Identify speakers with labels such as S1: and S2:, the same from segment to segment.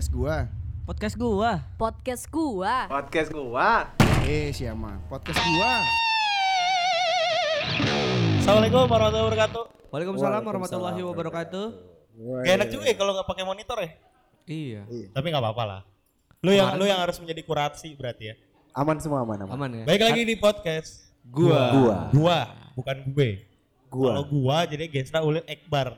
S1: podcast gua.
S2: Podcast gua.
S3: Podcast gua.
S4: Podcast gua.
S1: Siapa? Podcast gua.
S5: Assalamualaikum warahmatullahi wabarakatuh.
S2: Waalaikumsalam warahmatullahi wabarakatuh.
S5: Gak enak juga ya kalau nggak pakai monitor ya.
S2: Iya.
S5: Tapi nggak apa-apa lah. Lu yang harus menjadi kurasi berarti ya.
S6: Aman semua aman.
S2: Aman ya.
S5: Baik lagi di podcast
S2: Gua.
S5: bukan gue. Kalau gua jadi Gesra Ulil Ekbar.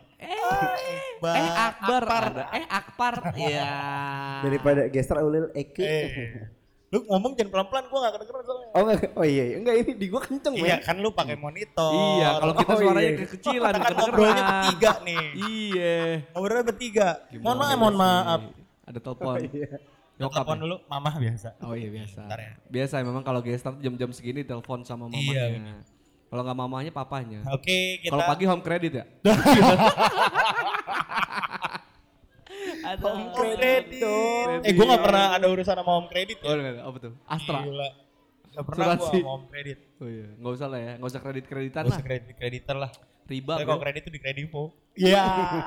S2: Akbar. Iya.
S6: Daripada Gestra Ulil Eke.
S5: Lu ngomong jangan pelan-pelan, gua gak kedengeran soalnya.
S6: Oh iya, enggak ini di gua kenceng
S5: Iya
S6: men.
S5: kan lu pakai monitor.
S2: Iya, kalau kita suaranya
S6: iya.
S2: kekecilan
S5: Kita kan ngobrolnya bertiga nih.
S2: Iya.
S5: Ngobrolnya bertiga.
S2: Gimana
S5: Mohon
S2: sih?
S5: maaf.
S2: Ada telepon. Nyokap
S5: Telepon
S2: ya?
S5: dulu mamah biasa.
S2: Oh iya biasa.
S5: Bentar ya.
S2: Biasa memang kalau gestar jam-jam segini telepon sama
S5: Iya,
S2: mamanya. Kalau nggak mamanya papanya.
S5: Oke, kita
S2: Kalau pagi home credit ya? Ada
S5: home credit. Gua gak pernah ada urusan sama home credit ya.
S2: Oh enggak, apa tuh? Astra.
S5: Gila. Gak pernah gua
S2: Asuransi.
S5: sama home credit.
S2: Oh iya, enggak usah lah ya. Enggak usah kredit-kreditan
S5: Gak
S2: lah.
S5: usah kredit-kreditan lah.
S2: Riba.
S5: Tapi
S2: bro.
S5: kalau kredit tuh di Kredivo. Iya.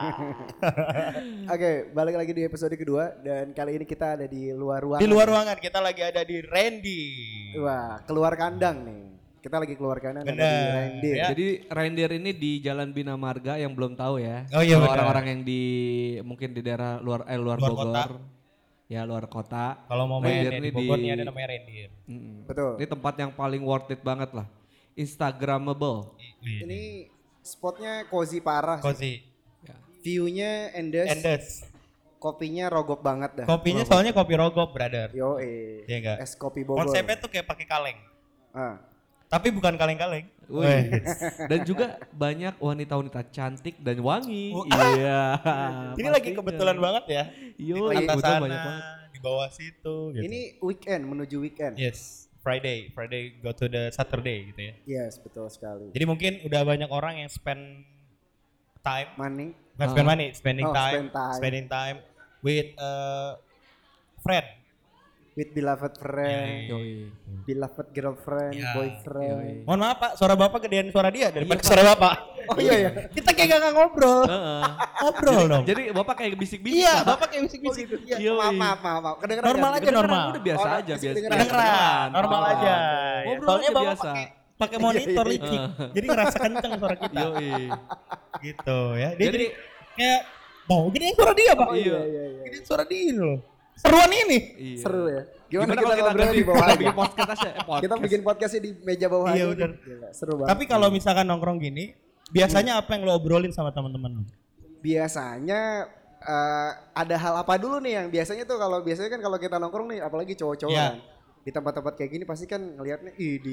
S6: Oke, balik lagi di episode kedua dan kali ini kita ada di luar ruangan.
S5: Di luar ruangan kita lagi ada di Randy.
S6: Wah, keluar kandang nih. Kita lagi keluar kandang ada di
S5: Bener,
S6: Randy.
S5: ya.
S2: Jadi reindeer ini di Jalan Bina Marga yang belum tahu ya.
S5: Oh iya,
S2: Kalau
S5: benar.
S2: orang-orang yang di mungkin di daerah luar
S5: Luar
S2: Bogor.
S5: kota.
S2: Ya luar kota.
S5: Kalau mau main
S2: Reindeer
S5: ya,
S2: ini
S5: di Bogor nih ada namanya Reindeer.
S6: Betul.
S2: Ini tempat yang paling worth it banget lah. Instagramable.
S6: Ini spotnya cozy parah.
S5: Cozy.
S2: Ya.
S6: View-nya endes.
S5: Endes.
S6: Kopinya rogop banget dah.
S5: Kopinya soalnya kopi rogop, brother.
S6: Yo
S5: Iya enggak?
S6: es kopi Bogor.
S5: Konsepnya tuh kayak pakai kaleng.
S6: Ah.
S5: Tapi bukan kaleng-kaleng.
S2: Wih. Dan juga banyak wanita-wanita cantik dan wangi.
S5: Oh.
S2: Iya.
S5: Ini lagi
S2: pastinya.
S5: kebetulan banget ya.
S2: Yo,
S5: Atas
S2: kebetulan
S5: sana,
S2: banyak banget.
S5: di bawah situ gitu.
S6: Ini weekend menuju weekend.
S5: Yes, Friday go to the Saturday gitu ya.
S6: Yes, betul sekali.
S5: Jadi mungkin udah banyak orang yang spend time,
S6: Money.
S5: bukan spend money, spending
S6: Oh,
S5: time,
S6: spend time.
S5: spending time with friend.
S6: With beloved friend,
S2: Yoi.
S6: beloved girlfriend,
S5: Ya.
S6: boyfriend.
S5: Mohon maaf Pak, suara Bapak gedean suara dia daripada suara Bapak.
S6: Oh iya ya.
S5: Kita kayak gak ngobrol.
S2: Heeh.
S5: Ngobrol dong.
S2: Jadi Bapak kayak bisik-bisik.
S5: Iya,
S2: Pak.
S5: Bapak kayak bisik-bisik.
S6: Iya,
S2: Yoi.
S6: maaf. Kedengeran
S5: Normal
S6: kan?
S5: aja,
S2: Kedengeran,
S5: normal.
S2: Udah biasa
S6: Oh,
S2: aja,
S6: masih
S2: biasa.
S6: kedengeran.
S5: Kedengeran, normal
S6: Oh.
S5: aja.
S2: Ngobrol
S5: Soalnya
S2: aja
S5: Bapak
S2: biasa.
S5: pakai monitor
S6: Iya, iya,
S5: licik. Jadi ngerasa kenceng suara kita.
S2: Yoi.
S5: Gitu ya. Dia
S2: Jadi-
S5: jadi kayak gedein suara dia, Pak.
S2: Iya.
S5: Gedein suara dia loh. Seruan ini.
S2: Iya.
S6: Seru ya.
S2: Gimana
S6: Gimana,
S2: kalau
S6: kita
S2: kita
S6: ngobrol
S2: ganti
S6: di bawah aja?
S2: bikin podcast aja?
S6: Kita bikin podcastnya di meja bawah
S5: Iya,
S6: aja.
S5: bener.
S6: Gila, seru banget.
S5: Tapi kalau misalkan nongkrong gini, biasanya apa yang lo obrolin sama teman-teman lo?
S6: biasanya ada hal apa dulu nih yang biasanya tuh biasanya kan kalau kita nongkrong nih apalagi cowok-cowok
S5: Iya.
S6: kan. Di tempat-tempat kayak gini pasti kan ngelihatnya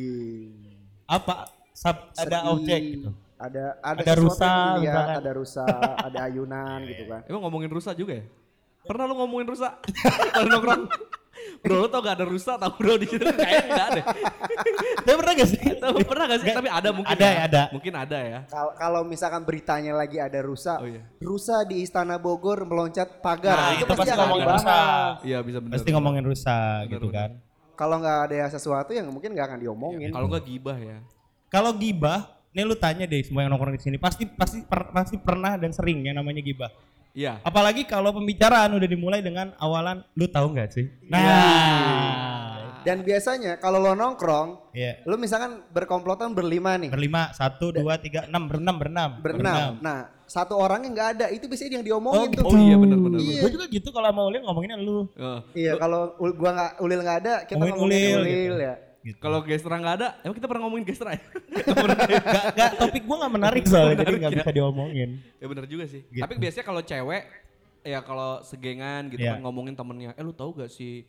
S5: Apa? Ada
S6: sedih,
S5: objek gitu.
S6: Ada
S5: Ada
S6: sesuatu
S5: rusa,
S6: yang dilihat,
S5: misalkan.
S6: ada rusa, ada ayunan gitu kan.
S2: Emang ngomongin rusa juga ya? Pernah lu ngomongin rusa? Kalau nongkrong? Bro, lu tau gak ada rusa tau bro di situ? Kayaknya enggak ada.
S5: Tapi pernah gak sih?
S2: Pernah gak sih?
S5: Nggak.
S2: Tapi ada mungkin.
S5: Ada
S2: ya.
S5: ya, ada.
S2: Mungkin ada ya.
S6: Kalau misalkan beritanya lagi ada rusa,
S2: Oh, iya.
S6: rusa di Istana Bogor meloncat pagar,
S5: Nah, itu pasti
S6: akan
S5: ngomongin
S6: dibahas.
S5: rusa.
S2: Iya bisa bener.
S5: Pasti ngomongin rusa gitu
S2: Bener.
S5: kan.
S6: Kalau nggak ada sesuatu yang mungkin nggak akan diomongin.
S2: Kalau enggak gibah ya.
S5: Kalau gibah, nih lu tanya deh semua yang nongkrong di sini, pasti pernah dan sering yang namanya gibah.
S2: Iya.
S5: Apalagi kalau pembicaraan udah dimulai dengan awalan, lu tahu nggak sih? Nah,
S6: Dan biasanya kalau lo nongkrong,
S5: iya.
S6: lo misalkan berkomplotan berlima nih,
S5: Berlima, 1, 2, 3, 6, berenam.
S6: berenam. Nah, satu orangnya nggak ada, itu biasanya yang diomongin tuh.
S2: Oh iya benar-benar.
S6: Iya.
S5: Gue juga gitu kalau sama Ulil ngomonginnya lu.
S6: Iya, kalau Ulil nggak ada, kita
S5: Ngomongin
S6: ngomongin
S5: Ulil,
S6: Ulil
S5: gitu.
S6: ya.
S5: Gitu.
S2: Kalau gestra nggak ada, emang kita pernah ngomongin gestra ya?
S5: Gak, topik gue gak menarik soalnya, jadi gak bisa diomongin.
S2: Ya benar juga sih.
S5: Gitu.
S2: Tapi biasanya kalau cewek, ya kalau segengan gitu
S5: Iya.
S2: kan ngomongin temennya, lu tahu gak si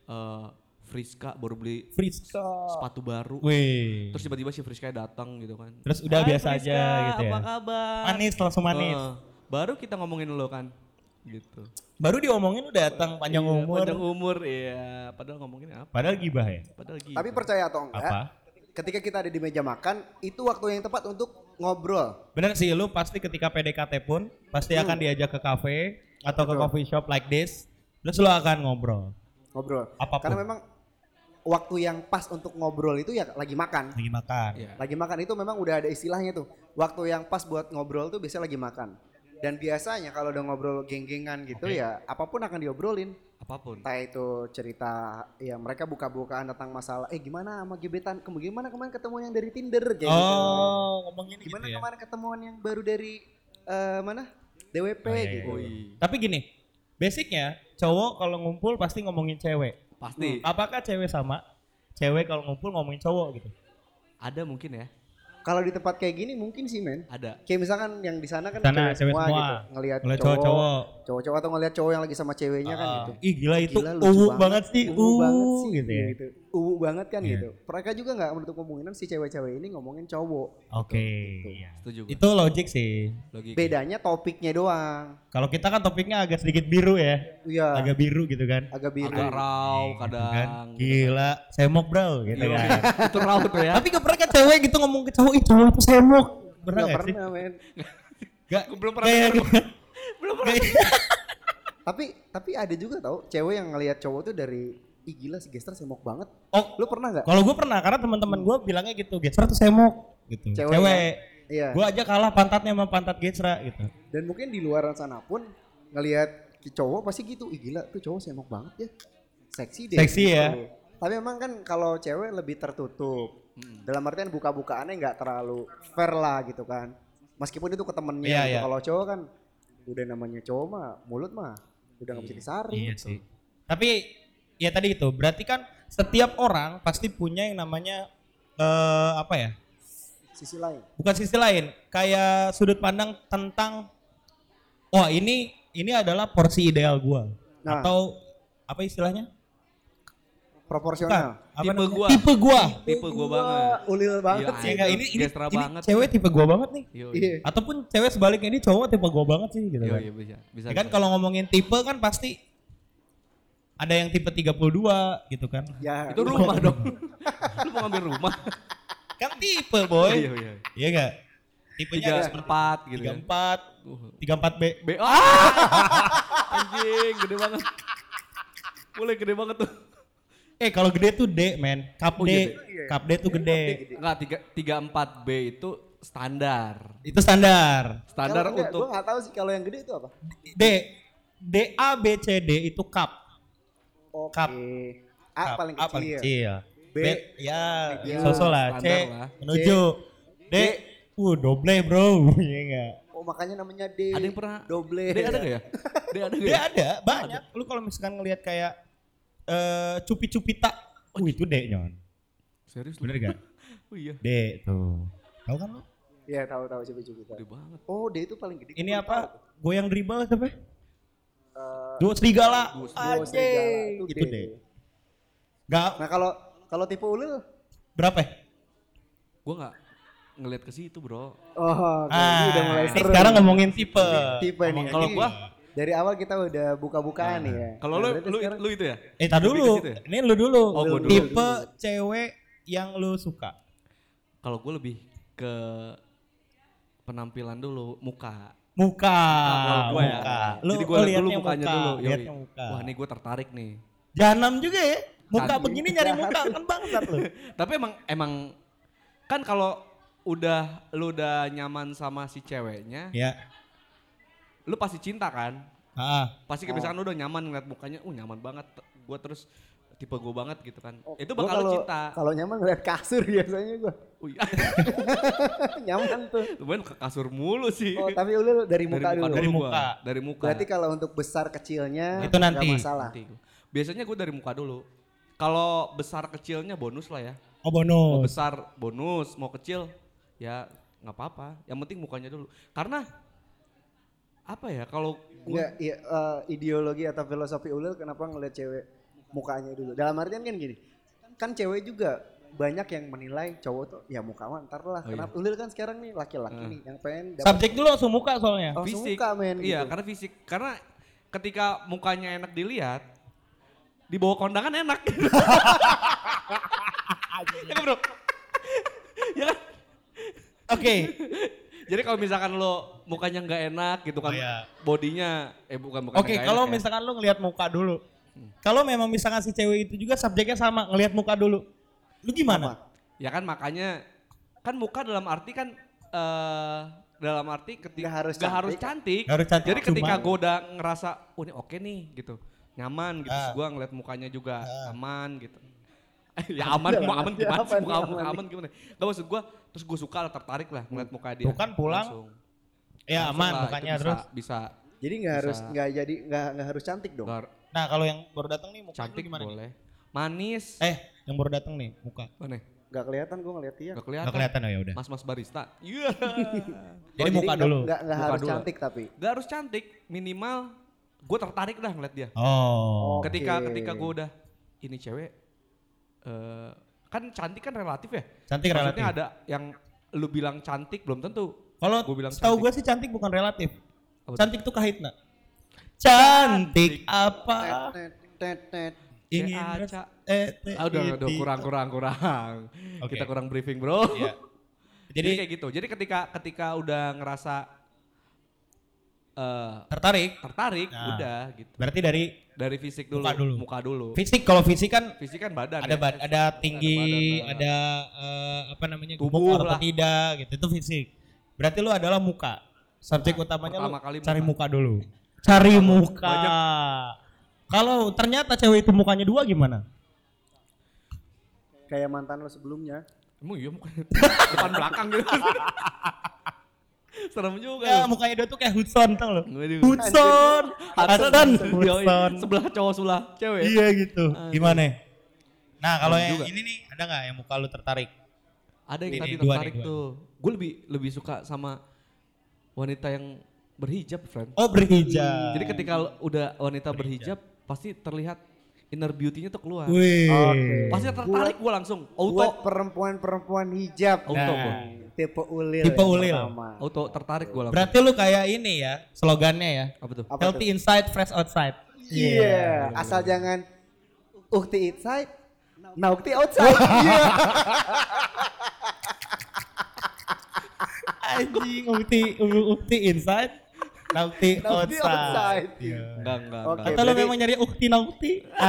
S2: Friska baru beli
S5: Friska.
S2: sepatu baru.
S5: Wih.
S2: Terus tiba-tiba si Friska datang gitu kan.
S5: Terus udah
S2: Hai,
S5: biasa
S2: Friska,
S5: aja gitu ya.
S2: Apa kabar?
S5: Manis, langsung manis.
S2: Baru kita ngomongin lo kan. Gitu.
S5: Baru diomongin udah datang panjang
S2: Iya,
S5: umur.
S2: Panjang umur, iya. Padahal ngomongin apa?
S5: Padahal gibah ya?
S2: Padahal gitu.
S6: Tapi percaya atau enggak,
S5: Apa?
S6: ketika kita ada di meja makan, itu waktu yang tepat untuk ngobrol.
S5: Bener sih, lu pasti ketika PDKT pun pasti akan diajak ke cafe atau ke coffee shop like this. Terus lu akan ngobrol.
S6: Ngobrol.
S5: Apapun.
S6: Karena memang waktu yang pas untuk ngobrol itu ya lagi makan.
S5: Lagi makan.
S2: Iya.
S6: Lagi makan itu memang udah ada istilahnya tuh. Waktu yang pas buat ngobrol tuh biasanya lagi makan. Dan biasanya kalau udah ngobrol geng-gengan gitu ya apapun akan diobrolin.
S2: Apapun.
S6: Entah itu cerita ya mereka buka-bukaan tentang masalah gimana sama gebetan gimana kemarin ketemu yang dari Tinder kayak gitu.
S5: Ngomongin
S6: Gimana
S5: gitu ya.
S6: kemarin ketemuan yang baru dari mana? DWP gitu.
S2: Oh, iya.
S5: Tapi gini, basicnya cowok kalau ngumpul pasti ngomongin cewek.
S2: Pasti.
S5: Apakah cewek sama? Cewek kalau ngumpul ngomongin cowok gitu.
S2: Ada mungkin ya.
S6: Kalau di tempat kayak gini mungkin sih men.
S2: Ada.
S6: Kayak misalkan yang di sana kan
S5: Sana, cewek semua.
S6: gitu. Ngelihat
S5: Cowok-cowok.
S6: Cowok-cowok atau ngelihat cowok yang lagi sama ceweknya kan gitu.
S5: Ih gila itu
S6: lucu
S5: banget sih.
S6: Gitu ya.
S5: Gitu.
S6: Banget kan
S5: Iya.
S6: gitu. Mereka juga nggak menutup kemungkinan si cewek-cewek ini ngomongin cowok.
S5: Oke.
S6: Gitu.
S5: Iya.
S2: Setuju gue.
S5: Itu logik sih.
S2: Logika.
S6: Bedanya topiknya doang.
S5: Kalau kita kan topiknya agak sedikit biru ya.
S6: Iya.
S5: Agak biru gitu kan.
S6: Agak biru.
S2: Agak raw
S5: Gitu
S2: kadang.
S5: kan. Gila, semok bro gitu
S2: Iya,
S5: kan.
S2: itu raw tuh ya.
S5: Tapi gak pernah kan cewek gitu ngomong ke cowok, ih cowok itu semok. Pernah
S6: Nggak
S5: gak sih?
S6: pernah men.
S5: Gak,
S2: Gue belum pernah
S5: kayak
S2: denger,
S5: gitu.
S2: Belum pernah.
S6: Tapi ada juga tau cewek yang ngelihat cowok tuh dari ih gila si Gester semok banget.
S5: Oh,
S6: Lu pernah nggak?
S5: kalau gue pernah karena teman-teman gue bilangnya gitu, Gesra tuh semok gitu.
S6: Cewek
S5: Cewek.
S6: Iya.
S5: Gue aja kalah pantatnya sama pantat Gesra gitu.
S6: Dan mungkin di luar sana pun ngelihat cowok pasti gitu, ih gila tuh cowok semok banget ya. Seksi deh.
S5: Seksi
S6: gitu.
S5: ya.
S6: Tapi memang kan kalau cewek lebih tertutup. Dalam artian buka-bukaannya nggak terlalu fair lah gitu kan. Meskipun itu ke temennya
S5: Iya,
S6: gitu.
S5: iya.
S6: Kalau cowok kan udah namanya cowok mah mulut mah udah nggak bisa disaring.
S5: Iya sih. Tapi ya tadi itu berarti kan setiap orang pasti punya yang namanya apa ya?
S6: Sisi lain.
S5: Bukan sisi lain, kayak sudut pandang tentang wah ini adalah porsi ideal gua.
S6: Nah.
S5: Atau apa istilahnya?
S6: Proporsional.
S5: Apa
S2: Tipe
S5: namanya?
S2: gua.
S5: Tipe gua.
S2: Tipe gue banget.
S6: Ulil banget
S2: Iya,
S6: sih.
S5: Ya, enggak, ini
S2: Gestra banget.
S5: cewek tipe gua banget nih.
S2: Yo,
S6: Iya.
S5: Ataupun cewek sebaliknya ini cowok tipe gua banget sih gitu kan.
S2: Iya bisa. Bisa.
S5: Ya kan
S2: bisa.
S5: kalau ngomongin tipe kan pasti ada yang tipe 32 gitu kan.
S6: Ya.
S2: Itu rumah dong. Lu mau ngambil rumah?
S5: Kan tipe boy.
S2: Iya iya.
S5: Iya enggak? Tipenya ada
S2: 34 gitu kan.
S5: 34, 34B.
S2: B. Anjing, gede banget. Boleh gede banget tuh.
S5: Kalau gede tuh D, men. Cup
S2: Oh,
S5: D.
S2: iya,
S5: Cup D tuh gede.
S2: Enggak, 34B itu standar.
S5: Itu standar.
S2: Standar
S6: Gue
S2: untuk
S6: nggak tahu sih kalau yang gede itu apa.
S5: D. D A B C D itu cup.
S6: Oke.
S5: Cup.
S6: A
S5: Cup.
S6: paling
S5: A paling
S6: kecil.
S5: kecil.
S6: B.
S5: Ya,
S6: Ya,
S5: sosok lah. C
S2: standar lah.
S5: menuju. D. Doble bro. Iya enggak?
S6: Oh makanya namanya D.
S2: ada yang pernah
S6: Doble.
S2: D ada gak ya? D ada gak
S5: D
S2: ya?
S5: ada, banyak. Lu kalau misalkan ngelihat kayak cupi-cupita, itu D nyon.
S2: Serius lu?
S5: Bener gak?
S2: Oh iya.
S5: D tuh. Tahu kan lu?
S6: Iya tahu coba kita.
S2: Gede banget.
S6: Oh D itu paling gede.
S5: Ini
S6: Gua
S5: apa?
S6: tahu.
S5: Goyang dribble siapa?
S6: Eh,
S5: Dua serigala.
S6: Dua serigala,
S5: Itu D. Gak
S6: Nah kalau tipe ulil.
S5: berapa ya?
S2: Gua enggak ngeliat ke situ, Bro.
S6: Oh, ini udah mulai
S5: Ini
S6: seru.
S5: sekarang ngomongin tipe.
S6: Tipe nih.
S2: Kalau
S6: Ini
S2: gua
S6: dari awal kita udah buka-bukaan nih ya.
S2: kalau
S6: Nah, berarti
S2: lu
S6: sekarang-
S2: lu itu ya?
S5: Tar
S2: Lebih
S5: dulu.
S2: ke situ ya?
S5: Ini lu dulu.
S2: Oh, gua dulu.
S5: Tipe cewek yang lu suka.
S2: Kalau gue lebih ke penampilan dulu, muka.
S5: Muka.
S2: Kalau gua ya.
S5: Muka. Lu
S2: Jadi gue lihat dulu
S5: liatnya
S2: mukanya
S5: muka,
S2: dulu. Yoi.
S5: liatnya muka.
S2: Wah, nih gue tertarik nih.
S5: Jahanam juga ya. Muka
S2: Cantik.
S5: begini nyari muka kan bangsat lu.
S2: Tapi emang kan kalau lu udah nyaman sama si ceweknya,
S5: Ya.
S2: lu pasti cinta kan? Pasti kayak misalkan lu udah nyaman ngeliat mukanya, nyaman banget. Gue terus tipe gue banget gitu kan. Itu
S6: Gua
S2: bakal lu
S6: kalau-
S2: cinta.
S6: Kalau nyaman ngeliat kasur biasanya gua.
S2: Oh iya.
S6: Nyaman tuh.
S2: Lumayan ke kasur mulu sih.
S6: Oh tapi ulil dari muka dulu.
S5: Dari
S2: gua.
S5: muka.
S2: Dari muka.
S6: Berarti kalau untuk besar kecilnya
S5: Itu nanti.
S6: nggak masalah.
S2: Nanti gua. Biasanya gue dari muka dulu. Kalau besar kecilnya bonus lah ya.
S5: Oh
S2: Mau
S5: bonus.
S2: besar bonus, mau kecil ya nggak apa-apa. Yang penting mukanya dulu. Karena apa ya kalau gue
S6: Enggak, iya, ideologi atau filosofi ulil kenapa ngeliat cewek mukanya dulu. Dalam artian kan gini, kan cewek juga banyak yang menilai cowok tuh ya muka mah ntar lah.
S2: Oh,
S6: Kenapa ulil kan sekarang nih laki-laki nih yang pengen dapat
S5: Subjek dulu langsung muka soalnya.
S6: oh,
S2: fisik,
S6: suka men
S2: iya
S6: gitu.
S2: karena fisik. Karena ketika mukanya enak dilihat, dibawa kondangan enak. Ya kan bro? Ya kan?
S5: Oke.
S2: Jadi kalau misalkan lo mukanya nggak enak gitu kan,
S5: Oh, iya.
S2: bodinya bukan
S5: Oke,
S2: nggak
S5: kalau
S2: enak ya.
S5: misalkan lu ngelihat muka dulu. Kalau memang misalkan si cewek itu juga subjeknya sama, ngelihat muka dulu. Lu gimana?
S2: Ya kan makanya kan muka dalam arti kan dalam arti ketika
S6: Nggak harus
S2: cantik.
S5: Harus cantik,
S2: Jadi ketika
S5: cuma-
S2: gue udah ngerasa, oh ini oke nih gitu, nyaman gitu.
S5: Ah.
S2: Gue ngeliat mukanya juga aman gitu. Ya
S6: Aman
S2: aman,
S6: lah,
S2: mau aman gimana sih?
S6: aman,
S2: Muka
S6: aman.
S2: aman gimana? Gak maksud gue, terus gue suka lah, tertarik lah ngeliat muka dia.
S5: Bukan pulang,
S2: Langsung.
S5: Ya
S2: Langsung
S5: aman
S2: lah,
S5: mukanya
S2: itu
S5: terus.
S2: Bisa.
S6: Jadi nggak harus cantik dong.
S5: Nah kalau yang baru datang nih muka
S2: Cantik
S5: gimana?
S2: boleh. Manis.
S5: Yang baru datang nih muka.
S2: Mana?
S6: Gak kelihatan gue ngeliat dia.
S2: Gak kelihatan.
S5: Gak kelihatan oh ya udah.
S2: Mas-mas barista. Iya.
S5: Jadi muka dulu.
S6: Nggak
S2: Muka
S6: harus
S2: dulu.
S6: cantik tapi.
S2: Gak harus cantik, minimal gue tertarik dah ngeliat dia.
S5: Oh.
S6: Oke.
S2: Ketika gue udah ini cewek, kan cantik kan relatif ya.
S5: Cantik
S2: Maksudnya
S5: relatif.
S2: ada yang lu bilang cantik belum tentu.
S5: Kalau
S2: Gua bilang
S5: setahu
S2: cantik.
S5: gue sih cantik bukan relatif.
S2: Apa tuh?
S5: Cantik tuh kahitna. Cantik apa?
S6: Tet.
S5: Ingin
S2: Aca.
S5: udah
S2: Udah kurang.
S5: Oke.
S2: Kita kurang briefing bro.
S5: Iya.
S2: Jadi
S5: Jadi
S2: kayak gitu. Jadi ketika udah ngerasa
S5: tertarik.
S2: tertarik,
S5: Nah.
S2: udah gitu.
S5: Berarti dari
S2: Fisik dulu.
S5: Muka dulu.
S2: Muka dulu.
S5: fisik, kalau fisik kan
S2: Fisik kan badan.
S5: ada
S2: ya.
S5: ada tinggi,
S2: badan,
S5: ada apa namanya
S2: Tubuh
S5: gemuk atau
S2: lah.
S5: tidak gitu. Itu fisik. Berarti lu adalah muka. Subjek utamanya lu
S2: pertama kali
S5: cari
S2: muka.
S5: muka dulu. Cari muka.
S2: Banyak.
S5: Kalau ternyata cewek itu mukanya dua gimana?
S6: Kayak mantan lo sebelumnya.
S2: Emang iya mukanya depan belakang gitu. Serem juga.
S5: Ya mukanya dia tuh kayak Hudson tau lo.
S2: Waduh.
S5: Hudson. Hudson.
S2: Yoi,
S5: Hudson.
S2: sebelah cowok sebelah cewek.
S5: Iya gitu. Gimana? Nah kalau
S2: Serem
S5: yang
S2: juga.
S5: ini nih ada nggak yang muka lu tertarik?
S2: Ada yang
S5: Ini,
S2: tadi
S5: dua
S2: tertarik
S5: nih, dua.
S2: tuh. Gue lebih suka sama wanita yang berhijab, friend.
S5: Oh berhijab.
S2: Jadi ketika udah wanita berhijab, pasti terlihat inner beauty-nya tuh keluar.
S5: Wih.
S6: Oke.
S2: Pasti tertarik gue langsung.
S6: Buat
S2: Auto.
S6: perempuan-perempuan hijab.
S2: Auto
S5: Nah.
S2: gua.
S6: Tipe ulil.
S5: Tipe
S6: yang
S5: ulil.
S6: pertama.
S2: Auto tertarik gue langsung.
S5: Berarti lu kayak ini ya slogannya ya.
S2: Apa tuh?
S6: Apa
S5: Healthy
S6: tuh?
S5: inside, fresh outside.
S6: Iya. Asal jangan ukti inside, naukti outside. Iya.
S5: Anjing, ukti inside, nauti
S6: Naughty
S5: outside.
S6: outside.
S5: Iya.
S2: Enggak.
S6: Oke.
S5: Atau lu
S6: berarti-
S5: memang nyari ukti nauti?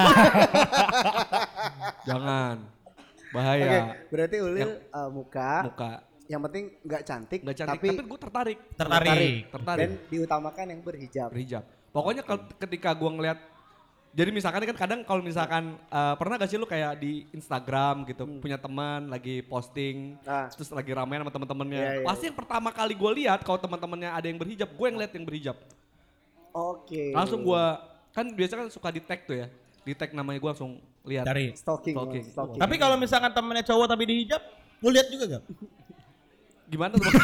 S2: Jangan.
S6: Oke,
S2: Bahaya.
S6: berarti ulil muka.
S2: Muka.
S6: Yang penting nggak cantik,
S2: Nggak cantik,
S6: tapi
S2: tapi gue tertarik.
S5: Tertarik.
S6: dan diutamakan yang berhijab.
S2: Berhijab. Pokoknya ketika gue ngeliat, jadi misalkan kan kadang kalau misalkan pernah gak sih lu kayak di Instagram gitu punya teman lagi posting
S6: Ah.
S2: terus lagi ramean sama teman-temannya.
S6: Iya, iya,
S2: Pasti yang pertama kali gue lihat kalau teman-temannya ada yang berhijab, gue yang lihat yang berhijab.
S6: Oke.
S2: Langsung gue kan biasa kan suka di tag tuh ya, di tag namanya gue langsung lihat.
S5: Cari.
S6: stalking.
S2: Stalking.
S6: stalking.
S5: Tapi kalau misalkan temennya cowok tapi dihijab, lu lihat juga gak?
S2: Gimana tuh?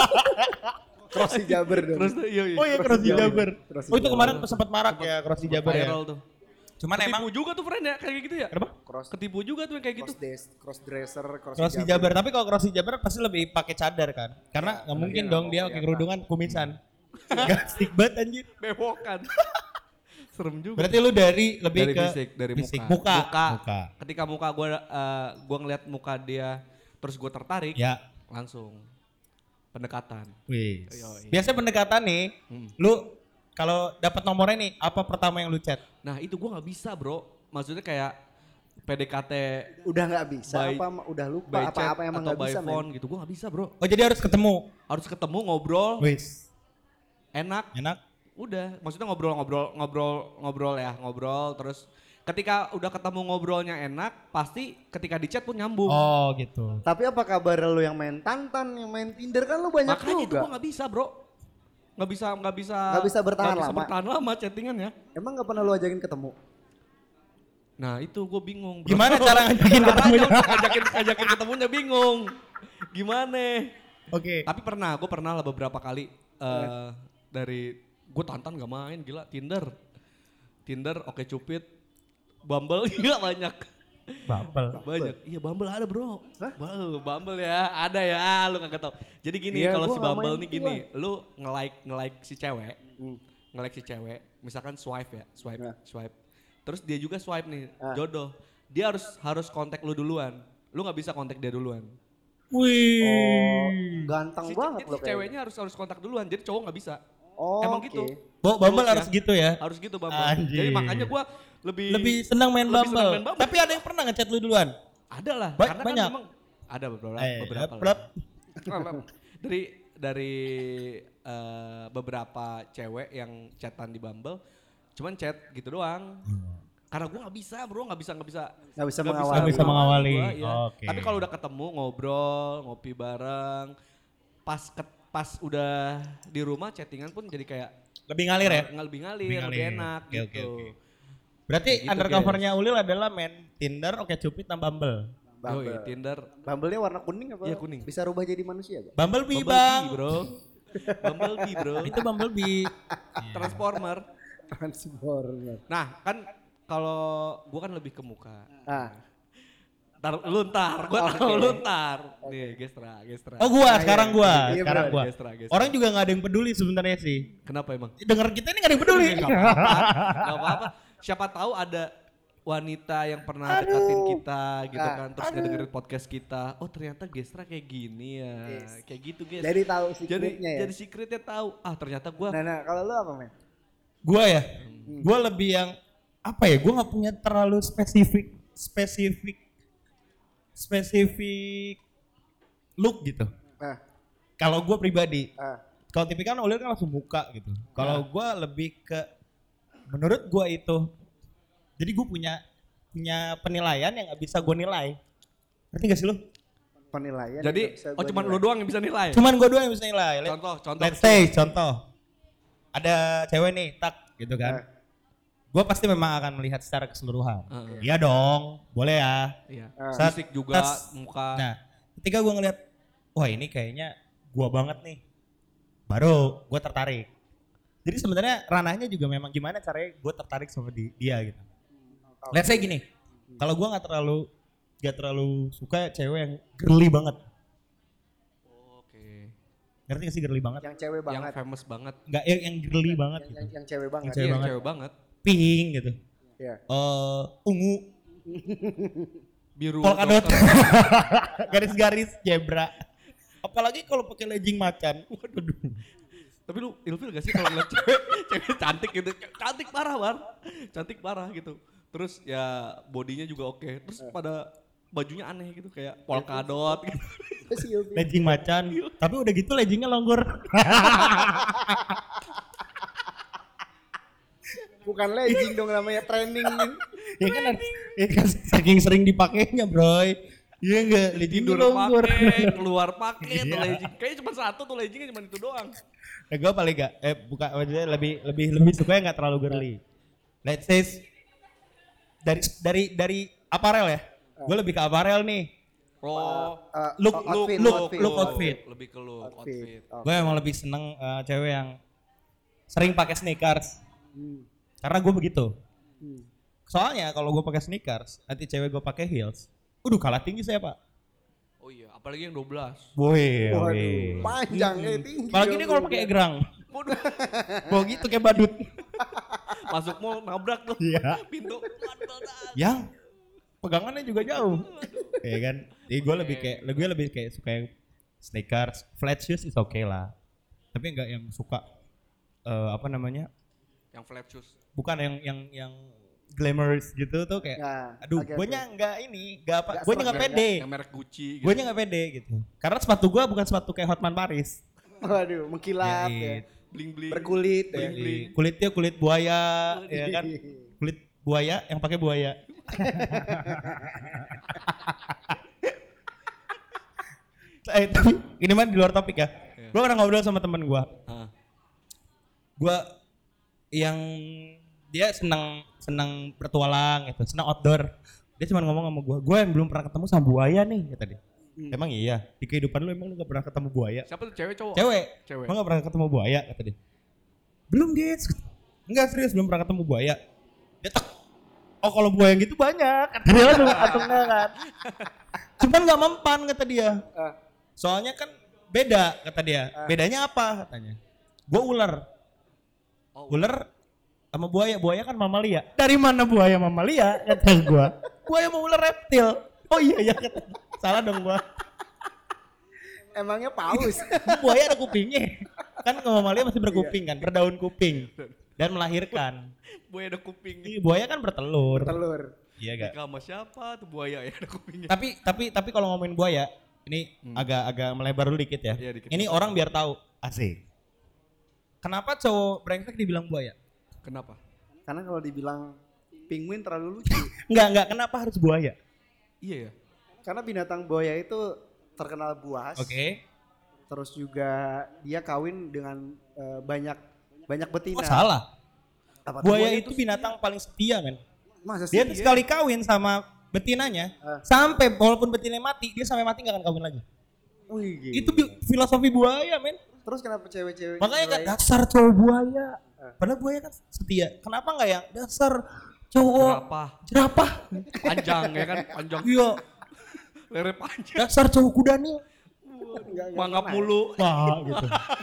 S6: cross hijaber dong.
S2: Terus iya.
S5: Oh iya cross hijaber.
S6: Cross
S5: Oh itu
S6: hijaber.
S5: kemarin sempat marak ya cross hijaber ya.
S2: Viral tuh.
S5: Cuman
S2: Ketipu
S5: emang
S2: juga tuh friend ya kayak gitu ya.
S5: kenapa?
S6: cross
S2: Ketipu juga tuh yang kayak gitu.
S6: cross dresser,
S5: Cross hijaber, tapi kalau cross hijaber pasti lebih pakai cadar kan? Karena nggak mungkin
S6: iya,
S5: dong
S6: nggak
S5: dia
S6: mau
S5: pakai
S6: kelihatan.
S5: kerudungan kumisan. Gak stick banget anjir.
S2: Bewokan. Serem juga.
S5: Berarti lu dari lebih
S2: dari
S5: ke
S2: fisik, dari
S5: fisik.
S2: muka.
S5: Muka.
S2: Ketika muka gua ngeliat muka dia terus gue tertarik,
S5: Ya.
S2: langsung pendekatan.
S5: Wih.
S2: Yoi.
S5: Biasanya pendekatan nih, lu kalau dapat nomornya nih, apa pertama yang lu chat?
S2: Nah itu gue nggak bisa bro. Maksudnya kayak PDKT
S6: udah nggak bisa
S2: by-
S6: apa udah lupa
S2: by chat
S6: apa emang
S2: atau
S6: nggak
S2: by
S6: bisa
S2: phone
S6: men.
S2: gitu. Gue nggak bisa bro.
S5: Oh jadi harus ketemu.
S2: Harus ketemu ngobrol,
S5: Wis.
S2: enak.
S5: Enak.
S2: Udah, maksudnya ngobrol terus ketika udah ketemu ngobrolnya enak, pasti ketika di chat pun nyambung.
S5: Oh gitu.
S6: Tapi apa kabar lu yang main Tantan, yang main Tinder kan lu banyak
S2: Makanya itu
S6: juga.
S2: gue nggak bisa bro. Nggak bisa
S6: Nggak bisa bertahan
S2: nggak bisa
S6: lama.
S2: bertahan lama chattingannya.
S6: Emang nggak pernah lu ajakin ketemu?
S2: Nah itu gue bingung bro.
S5: Gimana cara ngajakin ketemunya?
S2: ngajakin ketemunya bingung. Gimana?
S5: Oke.
S2: Tapi gue pernah lah beberapa kali dari gue Tantan gak main gila Tinder oke cupid Bumble gila banyak. Banyak. Iya Bumble ada bro.
S6: Hah?
S2: Bumble ya ada ya lu gak tau. Jadi gini
S6: Iya,
S2: kalau
S6: gua
S2: si
S6: nggak
S2: Bumble
S6: main
S2: nih
S6: itu,
S2: gini, lu nge-like si cewek, misalkan swipe ya,
S6: Nah.
S2: swipe. Terus dia juga swipe nih,
S6: Ah.
S2: jodoh. Dia harus kontak lu duluan. Lu nggak bisa kontak dia duluan.
S5: Wih.
S6: Oh, ganteng
S2: Si,
S6: banget
S2: jadi
S6: lo
S2: si ceweknya harus kontak duluan, jadi cowok nggak bisa.
S6: Oh,
S2: Emang
S6: oke.
S2: gitu.
S5: Bumble
S2: Terus
S5: harus
S2: ya.
S5: gitu ya?
S2: Harus gitu Bumble.
S5: Anjing.
S2: Jadi makanya gua
S5: Lebih senang main
S2: lebih senang
S5: Bumble.
S2: main Bumble.
S5: Tapi ada yang pernah ngechat lu duluan?
S2: ada lah.
S5: Ba-
S2: karena
S5: banyak?
S2: kan memang ada beberapa
S5: Eh,
S2: lah.
S5: plep.
S2: dari beberapa cewek yang chatan di Bumble, cuman chat gitu doang. Karena gue nggak bisa
S5: mengawali.
S2: Gua, ya.
S5: Oke.
S2: Tapi kalau udah ketemu ngobrol, ngopi bareng, pas udah di rumah chattingan pun jadi kayak
S5: Lebih ngalir ya?
S2: lebih ngalir, enak
S5: Oke,
S2: gitu.
S5: oke. Berarti
S2: Kayak gitu,
S5: undercovernya Ulil adalah main Tinder, OkCupid, dan Bumble.
S2: Yoi, Tinder.
S6: Bumble-nya warna kuning apa?
S2: Iya, kuning.
S6: Bisa rubah jadi manusia gak?
S5: Bumblebee,
S2: Bumblebee,
S5: Bang.
S2: bro. Bumblebee, bro.
S5: Itu Bumblebee.
S2: Transformer.
S6: Transformer.
S2: Nah, kan kalau gua kan lebih ke muka.
S6: Ah,
S2: Gua tahu lu ntar. Nih, gestra.
S5: Oh gua, sekarang gua.
S6: Iya,
S5: Sekarang
S6: bener.
S5: gua.
S2: Gestra.
S5: Orang juga gak ada yang peduli sebenarnya sih.
S2: Kenapa emang?
S5: Dengar kita ini gak ada yang peduli.
S2: Gak apa-apa. Siapa tahu ada wanita yang pernah deketin kita gitu kan. Terus ngedengerin podcast kita. Oh ternyata gestra kayak gini ya.
S6: Yes.
S2: Kayak gitu guys.
S6: jadi tahu secretnya ya?
S2: Jadi secretnya tahu. Ah ternyata gua.
S6: Nah, kalau lu apa, men?
S5: Gua ya, gua lebih yang apa ya? Gua nggak punya terlalu spesifik look gitu.
S6: Ah,
S5: Kalau gua pribadi,
S6: ah.
S5: kalau tipikal Ulil kan langsung muka gitu. Kalau gua lebih ke, menurut gua itu, jadi gua punya penilaian yang nggak bisa gua nilai. Ngerti gak sih lu?
S6: Penilaian.
S2: Jadi,
S6: yang bisa gua
S2: cuman
S6: nilai.
S2: lu doang yang bisa nilai.
S5: Cuman gua doang yang bisa nilai.
S2: Contoh.
S5: Let's say contoh, ada cewek nih, tak gitu kan. Gue pasti memang akan melihat secara keseluruhan. Iya dong, boleh ya.
S2: Iya.
S5: Saat-
S2: Fisik juga,
S5: tas-
S2: muka.
S5: Nah, ketika gue ngeliat, wah ini kayaknya gue banget nih, baru gue tertarik. Jadi sebenarnya ranahnya juga memang gimana caranya gue tertarik sama dia gitu. Let's say gini, kalau gue nggak terlalu suka cewek yang girly banget.
S2: Oke.
S5: Ngerti gak sih girly banget?
S6: Yang cewek
S2: Yang
S6: banget.
S2: famous banget.
S5: Nggak yang girly banget gitu.
S6: Yang cewek banget.
S5: Cewek
S2: Iya,
S5: banget.
S2: cewek banget.
S5: Pink gitu.
S6: Iya.
S5: Ungu,
S2: Biru.
S5: polkadot,
S2: dokter.
S5: garis-garis zebra. Apalagi kalau pakai legging macan. Waduh.
S2: Tapi lu ilfil gak sih kalau ngeliat cewek cantik gitu. Cantik parah, Bar. Cantik parah gitu. Terus ya bodinya juga oke. Terus pada bajunya aneh gitu kayak polkadot gitu.
S5: Legging macan. Tapi udah gitu leggingnya longgar.
S6: Bukan legging dong, namanya training.
S5: Ya kan saking sering dipakainya, bro. Iya enggak, leggingnya
S2: Tidur
S5: longgar.
S2: pakai, keluar pakai tuh
S5: Iya.
S2: legging. Kayaknya cuma satu tuh leggingnya cuma itu doang.
S5: Nah, gue paling gak, bukan maksudnya lebih suka yang nggak terlalu girly. Let's say dari aparel ya. Gue lebih ke aparel nih.
S2: Oh,
S5: Look
S6: outfit.
S2: Lebih ke look outfit.
S5: Gue emang lebih seneng cewek yang sering pakai sneakers.
S6: Hmm.
S5: Karena gue begitu. Soalnya kalau gue pakai sneakers, nanti cewek gue pakai heels. Kalah tinggi saya pak.
S2: Oh iya, apalagi yang 12.
S5: Boy,
S6: Waduh, panjang tinggi.
S5: apalagi ini kalau pakai egrang.
S2: Waduh,
S5: Bawa gitu kayak badut.
S2: masuk mall nabrak tuh.
S5: Iya.
S2: Pintu.
S5: Yang pegangannya juga jauh. Iya kan? Jadi gue lebih kayak suka yang sneakers, flat shoes is okay lah. Tapi enggak yang suka apa namanya?
S2: Yang flat shoes.
S5: Bukan yang glamorous gitu tuh kayak
S6: Nah,
S5: aduh,
S6: oke,
S5: guanya enggak ini, enggak apa,
S6: Nggak
S5: guanya enggak pede.
S2: Yang merek Gucci gitu.
S5: Guanya enggak pede gitu. Karena sepatu gua bukan sepatu kayak Hotman Paris.
S6: Waduh, mengkilat ya.
S2: Bling-bling.
S6: Berkulit ya.
S2: Bling-bling.
S5: Kulitnya kulit buaya, ya kan? Kulit buaya yang pakai buaya. Tapi ini mah di luar topik ya. Gua pernah ngobrol sama temen gua. Gua yang dia senang bertualang gitu, senang outdoor. Dia cuma ngomong sama gua yang belum pernah ketemu sama buaya nih, kata dia. Emang iya, di kehidupan lu emang lu gak pernah ketemu buaya?
S2: Siapa tuh, cewek cowok?
S5: Cewek.
S2: Cewek.
S5: Emang gak pernah ketemu buaya, kata dia. Belum dia. Enggak serius, belum pernah ketemu buaya. Dia tak, oh kalau buaya yang gitu banyak. Kata dia atau enggak kan. Cuman gak mempan, kata dia. Soalnya kan beda, kata dia. Bedanya apa, katanya. Gua ular. Ular sama buaya. Buaya kan mamalia. Dari mana buaya mamalia, kata gua. Buaya mau ular reptil. Oh iya, kata. Salah dong gua.
S6: Emangnya paus.
S5: Buaya ada kupingnya. Kan kalau mamalia masih berkuping kan, berdaun kuping. Dan melahirkan.
S2: Buaya ada kuping.
S5: Buaya kan bertelur.
S6: Telur.
S5: Iya gak?
S2: Nikah sama siapa tuh buaya ya ada kupingnya.
S5: Tapi kalau ngomongin buaya, Ini agak melebar dulu dikit ya.
S2: Iya, dikit.
S5: Ini orang biar tahu. Asik. Kenapa cowok brengsek dibilang buaya?
S2: Kenapa?
S6: Karena kalau dibilang penguin terlalu lucu.
S5: Enggak, kenapa harus buaya?
S2: Iya ya.
S6: Karena binatang buaya itu terkenal buas.
S5: Oke.
S6: Terus juga dia kawin dengan banyak betina.
S5: Oh salah.
S6: Apa tuh
S5: Buaya itu binatang paling setia, men.
S6: Masa sih?
S5: Dia tuh sekali kawin sama betinanya, sampai walaupun betinanya mati, dia sampai mati gak akan kawin lagi.
S6: Wih, gila.
S5: Itu filosofi buaya, men.
S6: Terus kenapa cewek-cewek
S5: Makanya kan
S6: nilai-
S5: dasar cowok buaya. Padahal buaya kan setia. Kenapa nggak yang dasar cowok jerapah?
S2: Panjang ya kan, panjang.
S5: Iya,
S2: Lere panjang.
S5: dasar cowok kudanil.
S6: Enggak
S2: Mangap
S6: pernah.
S2: mulu.
S5: Wah, gitu.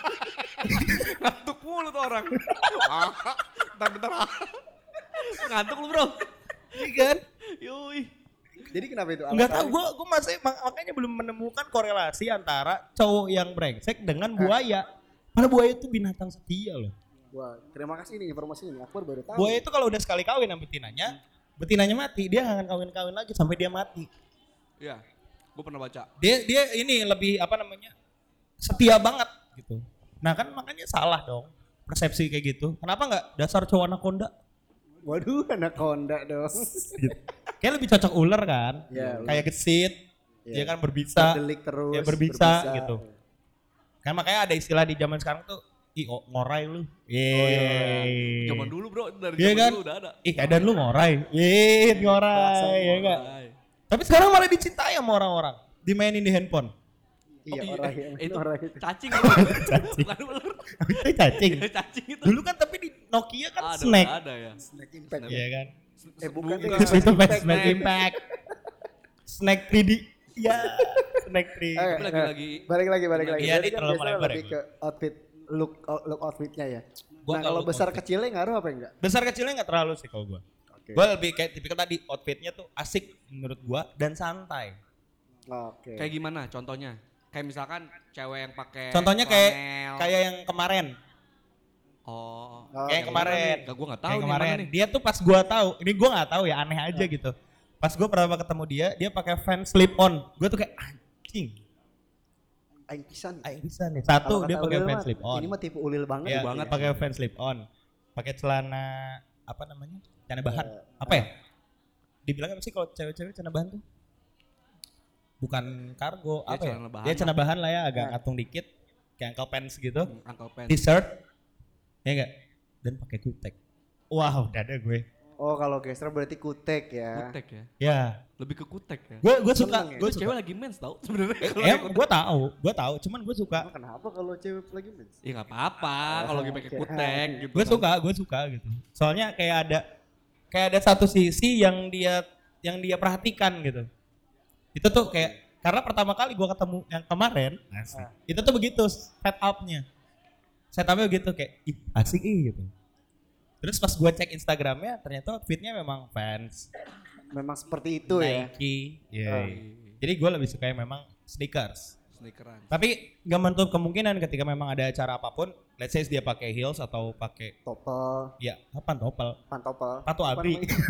S2: Ngantuk mulu tuh orang. Bentar. Ngantuk lu bro.
S5: Iya kan?
S2: Yoi.
S6: Jadi kenapa itu?
S5: Enggak tahu, gua masih makanya belum menemukan korelasi antara cowok yang brengsek dengan buaya. Padahal buaya itu binatang setia loh.
S6: Wah, terima kasih nih informasi ini. Aku baru tahu.
S5: Buaya itu kalau udah sekali kawin sama betinanya mati, dia nggak akan kawin-kawin lagi sampai dia mati.
S2: Iya, gue pernah baca.
S5: Dia ini lebih setia banget gitu. Nah kan makanya salah dong persepsi kayak gitu. Kenapa nggak dasar cowok anaconda?
S6: Waduh, anaconda dong.
S5: Kayak lebih cocok ular kan?
S6: Iya,
S5: Kayak gesit,
S6: Iya.
S5: dia kan berbisa.
S6: Berdelik terus.
S5: Ya berbisa gitu. Kan makanya ada istilah di zaman sekarang tuh, ngorai lu. Yeay.
S2: Zaman dulu bro, dari
S5: Iya
S2: zaman
S5: kan?
S2: dulu udah ada.
S5: Edan lu ngorai. Ngorai, ya enggak? Tapi sekarang malah dicintai sama orang-orang. Dimainin di handphone.
S6: Iya,
S2: Oh,
S6: orang
S2: itu
S6: orang itu.
S2: cacing.
S5: Cacing.
S2: Bukan ular.
S5: Itu cacing.
S2: Iya, cacing itu.
S5: Dulu kan tapi di Nokia kan
S2: Ada,
S5: snack.
S2: ada ya.
S6: Snack impact.
S5: Iya kan?
S6: Bukan
S2: Bukan.
S6: deh.
S5: Itu Snack Impact. Snack 3D. Ya, Snack 3D.
S6: Balik lagi.
S5: Iya,
S6: Jadi
S5: ini
S6: kan
S5: terlalu
S6: biasanya
S5: melebar
S6: lebih
S5: ya,
S6: ke outfit, look outfitnya ya.
S5: Gua
S6: Nah
S5: nggak
S6: kalau
S5: look
S6: besar
S5: outfit.
S6: kecilnya ngaruh apa enggak?
S5: Besar kecilnya nggak terlalu sih kalau gua.
S6: Oke.
S5: Gua lebih kayak tipikal tadi outfitnya tuh asik menurut gua dan santai.
S6: Oke.
S2: Kayak gimana contohnya? Kayak misalkan cewek yang pakai
S5: Contohnya
S2: flanel.
S5: kayak yang kemarin.
S2: Oh.
S5: Kayak yang kemarin.
S2: Gak gue gak tahu
S5: Kayak
S2: nih
S5: kemarin.
S2: mana nih.
S5: Dia tuh pas gua tahu, ini gua nggak tahu ya, aneh aja gitu. Pas gua pertama ketemu dia pakai Vans slip on. Gua tuh kayak anjing.
S6: Aing pisan.
S5: Ayo bisa nih. Satu
S6: Kalau
S5: dia
S6: kata
S5: pakai
S6: Ulil
S5: Vans
S6: mah,
S5: slip on.
S6: Ini mah tipe ulil banget.
S5: Ya,
S6: gitu
S2: banget.
S5: pakai Vans slip on. Pakai celana apa namanya? Celana bahan. Apa ya? Dibilang apa sih kalau cewek-cewek celana bahan tuh? Bukan kargo,
S2: Ya,
S5: apa ya?
S2: celana bahan
S5: Dia celana
S2: lah.
S5: bahan lah ya, agak ngatung dikit. Kayak ankle pants gitu.
S2: Uncle Pen.
S5: T-shirt. Ya enggak? Dan pakai kutek. Wow, udah ada gue.
S6: Oh kalau gestra berarti kutek ya.
S2: Kutek ya.
S5: Ya.
S2: Lebih ke kutek ya.
S5: Gue suka,
S6: Seneng ya?
S5: gue
S2: Itu
S5: suka.
S2: cewek lagi mens tau sebenarnya.
S5: Gue tahu, cuman gue suka.
S6: Emang kenapa kalau cewek lagi mens?
S2: Ya nggak apa-apa kalau lagi pakai
S6: Oke.
S2: kutek gitu.
S5: Gue suka gitu. Soalnya kayak ada satu sisi yang dia perhatikan gitu. Itu tuh kayak karena pertama kali gue ketemu yang kemarin, itu tuh begitu setupnya begitu kayak ih, asik gitu. Terus pas gue cek Instagramnya ternyata outfitnya memang Vans,
S6: Memang seperti itu ya.
S5: Nike, jadi gue lebih suka yang memang sneakers.
S2: Sneakeran.
S5: Tapi gak menutup kemungkinan ketika memang ada acara apapun, let's say dia pakai heels atau pakai
S6: Topel,
S5: ya apa topel,
S6: pantopel.
S5: Patu
S6: Apa
S5: abri.
S6: namanya?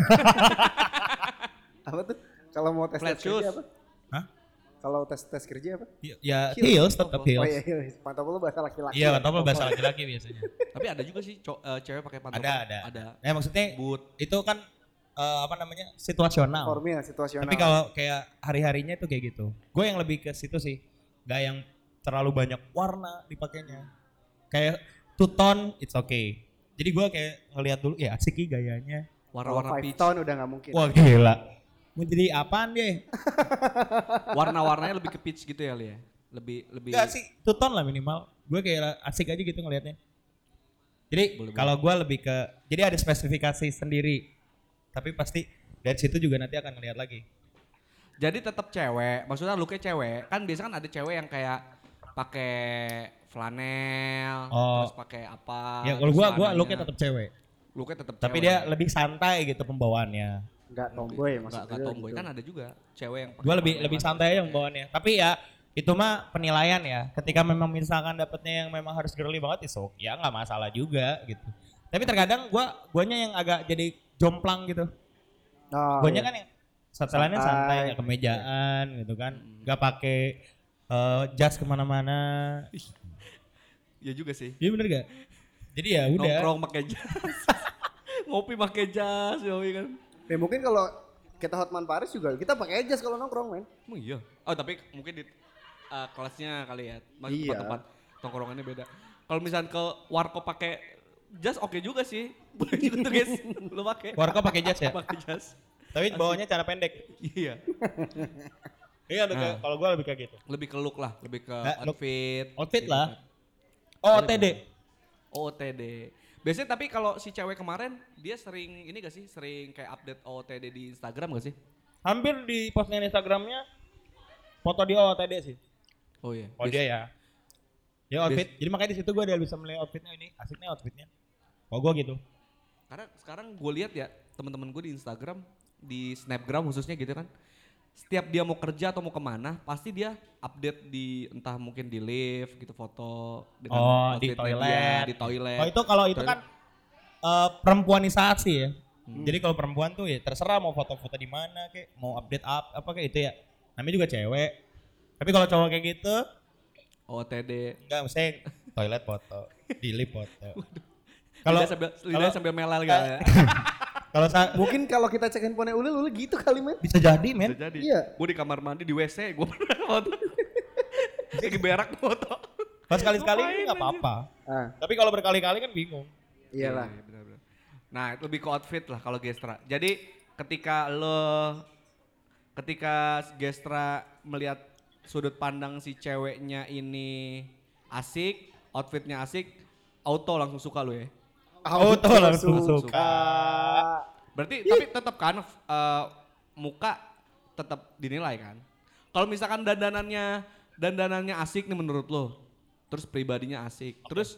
S6: Apa tuh? Kalau mau tes
S2: Flat shoes.
S6: kerja apa?
S5: Hah?
S6: Kalau tes kerja apa?
S5: Ya heels tetap
S6: Oh
S5: heels.
S6: iya, heels. Pantopel lu bahasa laki-laki.
S5: Iya,
S6: ya?
S5: pantopel bahasa laki-laki biasanya.
S2: Tapi ada juga sih cewek pakai pantofel.
S5: Ada.
S2: Ada.
S5: Ya maksudnya
S2: Boot.
S5: itu kan situasional.
S6: Formil, situasional.
S5: Tapi kalau kayak hari-harinya itu kayak gitu. Gue yang lebih ke situ sih. Gak yang terlalu banyak warna dipakainya. Kayak two tone it's okay. Jadi gue kayak ngelihat dulu ya asik nih gayanya.
S6: kalau
S2: Warna-warna
S6: 5
S2: peach.
S6: tone udah gak mungkin.
S5: Wah gila. Mau jadi apaan deh?
S2: Warna-warnanya lebih ke peach gitu ya Li ya. Lebih
S5: Gak sih, two tone lah minimal. Gue kayak asik aja gitu ngelihatnya. Jadi
S2: Boleh,
S5: kalau gue lebih ke, jadi ada spesifikasi sendiri. Tapi pasti dari situ juga nanti akan ngelihat lagi.
S2: Jadi tetap cewek, maksudnya looknya cewek. Kan biasa kan ada cewek yang kayak pakai flanel,
S5: Oh.
S2: terus pakai apa.
S5: Ya kalau
S2: terus
S5: gue
S2: celananya.
S5: looknya tetap cewek.
S2: Looknya tetap
S5: Tapi
S2: cewek.
S5: dia lebih santai gitu pembawaannya.
S6: Enggak tomboy maksudnya.
S2: Enggak tomboy
S6: gitu.
S2: kan ada juga cewek yang pakai
S5: Gue lebih
S2: flanel.
S5: lebih santai aja pembawaannya. Tapi ya itu mah penilaian ya. Ketika memang misalkan dapetnya yang memang harus girly banget, ya nggak masalah juga gitu. Tapi terkadang guanya yang agak jadi jomplang gitu.
S6: Oh,
S5: Guanya
S6: iya.
S5: kan yang setelannya santai,
S6: Santai.
S5: nggak kemejaan gitu kan, nggak pakai jas kemana-mana.
S2: Ya juga sih.
S5: Iya bener gak? Jadi ya udah.
S2: Nongkrong pakai jas. Ngopi pakai jas, yoi kan.
S6: Ya mungkin kalau kita Hotman Paris juga kita pakai jas kalau nongkrong men.
S2: Emang iya. Oh tapi mungkin di kelasnya kali ya. Masih
S6: Iya.
S2: tempat-tempat tongkrongannya beda. Kalau misalnya ke warkop pakai jas oke juga sih. Boleh juga tuh guys. Lu pakai.
S5: Warkop pakai jas ya?
S2: Pakai jas.
S5: Tapi bawahnya celana pendek.
S2: Iya.
S5: Iya
S2: Nah.
S5: kalau gue lebih kayak gitu.
S2: Lebih ke look lah, lebih ke
S5: Look.
S2: outfit.
S5: Outfit
S2: gitu
S5: lah.
S2: kan.
S5: Oh,
S2: Boleh,
S5: OTD.
S2: OOTD. Biasanya tapi kalau si cewek kemarin dia sering ini gak sih? Sering kayak update OOTD di Instagram gak sih?
S5: Hampir di postingan Instagramnya foto dia OTD sih.
S2: Oh iya.
S5: Oh dia ya. Dia outfit. Jadi makanya di situ gue udah bisa melihat outfitnya ini. Asiknya outfitnya. Oh gue gitu.
S2: Karena sekarang gue lihat ya teman-teman gue di Instagram, di Snapgram khususnya gitu kan. Setiap dia mau kerja atau mau kemana, pasti dia update di entah mungkin di lift gitu foto dengan
S5: Di
S2: outfitnya
S5: toilet.
S2: dia, di toilet.
S5: Oh itu kalau itu
S2: Toilet.
S5: kan perempuanisasi ya. Jadi kalau perempuan tuh ya terserah mau foto-foto di mana kayak mau update apa kayak itu ya. Namanya juga cewek. Tapi kalau cowok kayak gitu
S2: OOTD.
S5: enggak mesti toilet foto, di lift foto. Kalau
S2: Lidah sambil melal gitu ya.
S5: kalau
S6: Mungkin kalau kita cek handphone Ulil gitu kali men.
S5: bisa jadi men.
S2: Bisa jadi.
S6: Iya.
S2: Gue di kamar mandi di WC, gue pernah foto. Lagi berak foto.
S5: Pas sekali-sekali
S2: Ngapain
S5: nggak apa-apa.
S6: Ah,
S5: Tapi kalau berkali-kali kan bingung.
S6: iyalah.
S2: Iya, benar-benar. Nah, lebih ke outfit lah kalau Gestra. Jadi ketika Gestra melihat sudut pandang si ceweknya ini asik, outfitnya asik, auto langsung suka lu ya.
S5: Auto langsung suka.
S2: Berarti tapi tetap kan muka tetap dinilai kan. Kalau misalkan dandanannya asik nih menurut lo, terus pribadinya asik, terus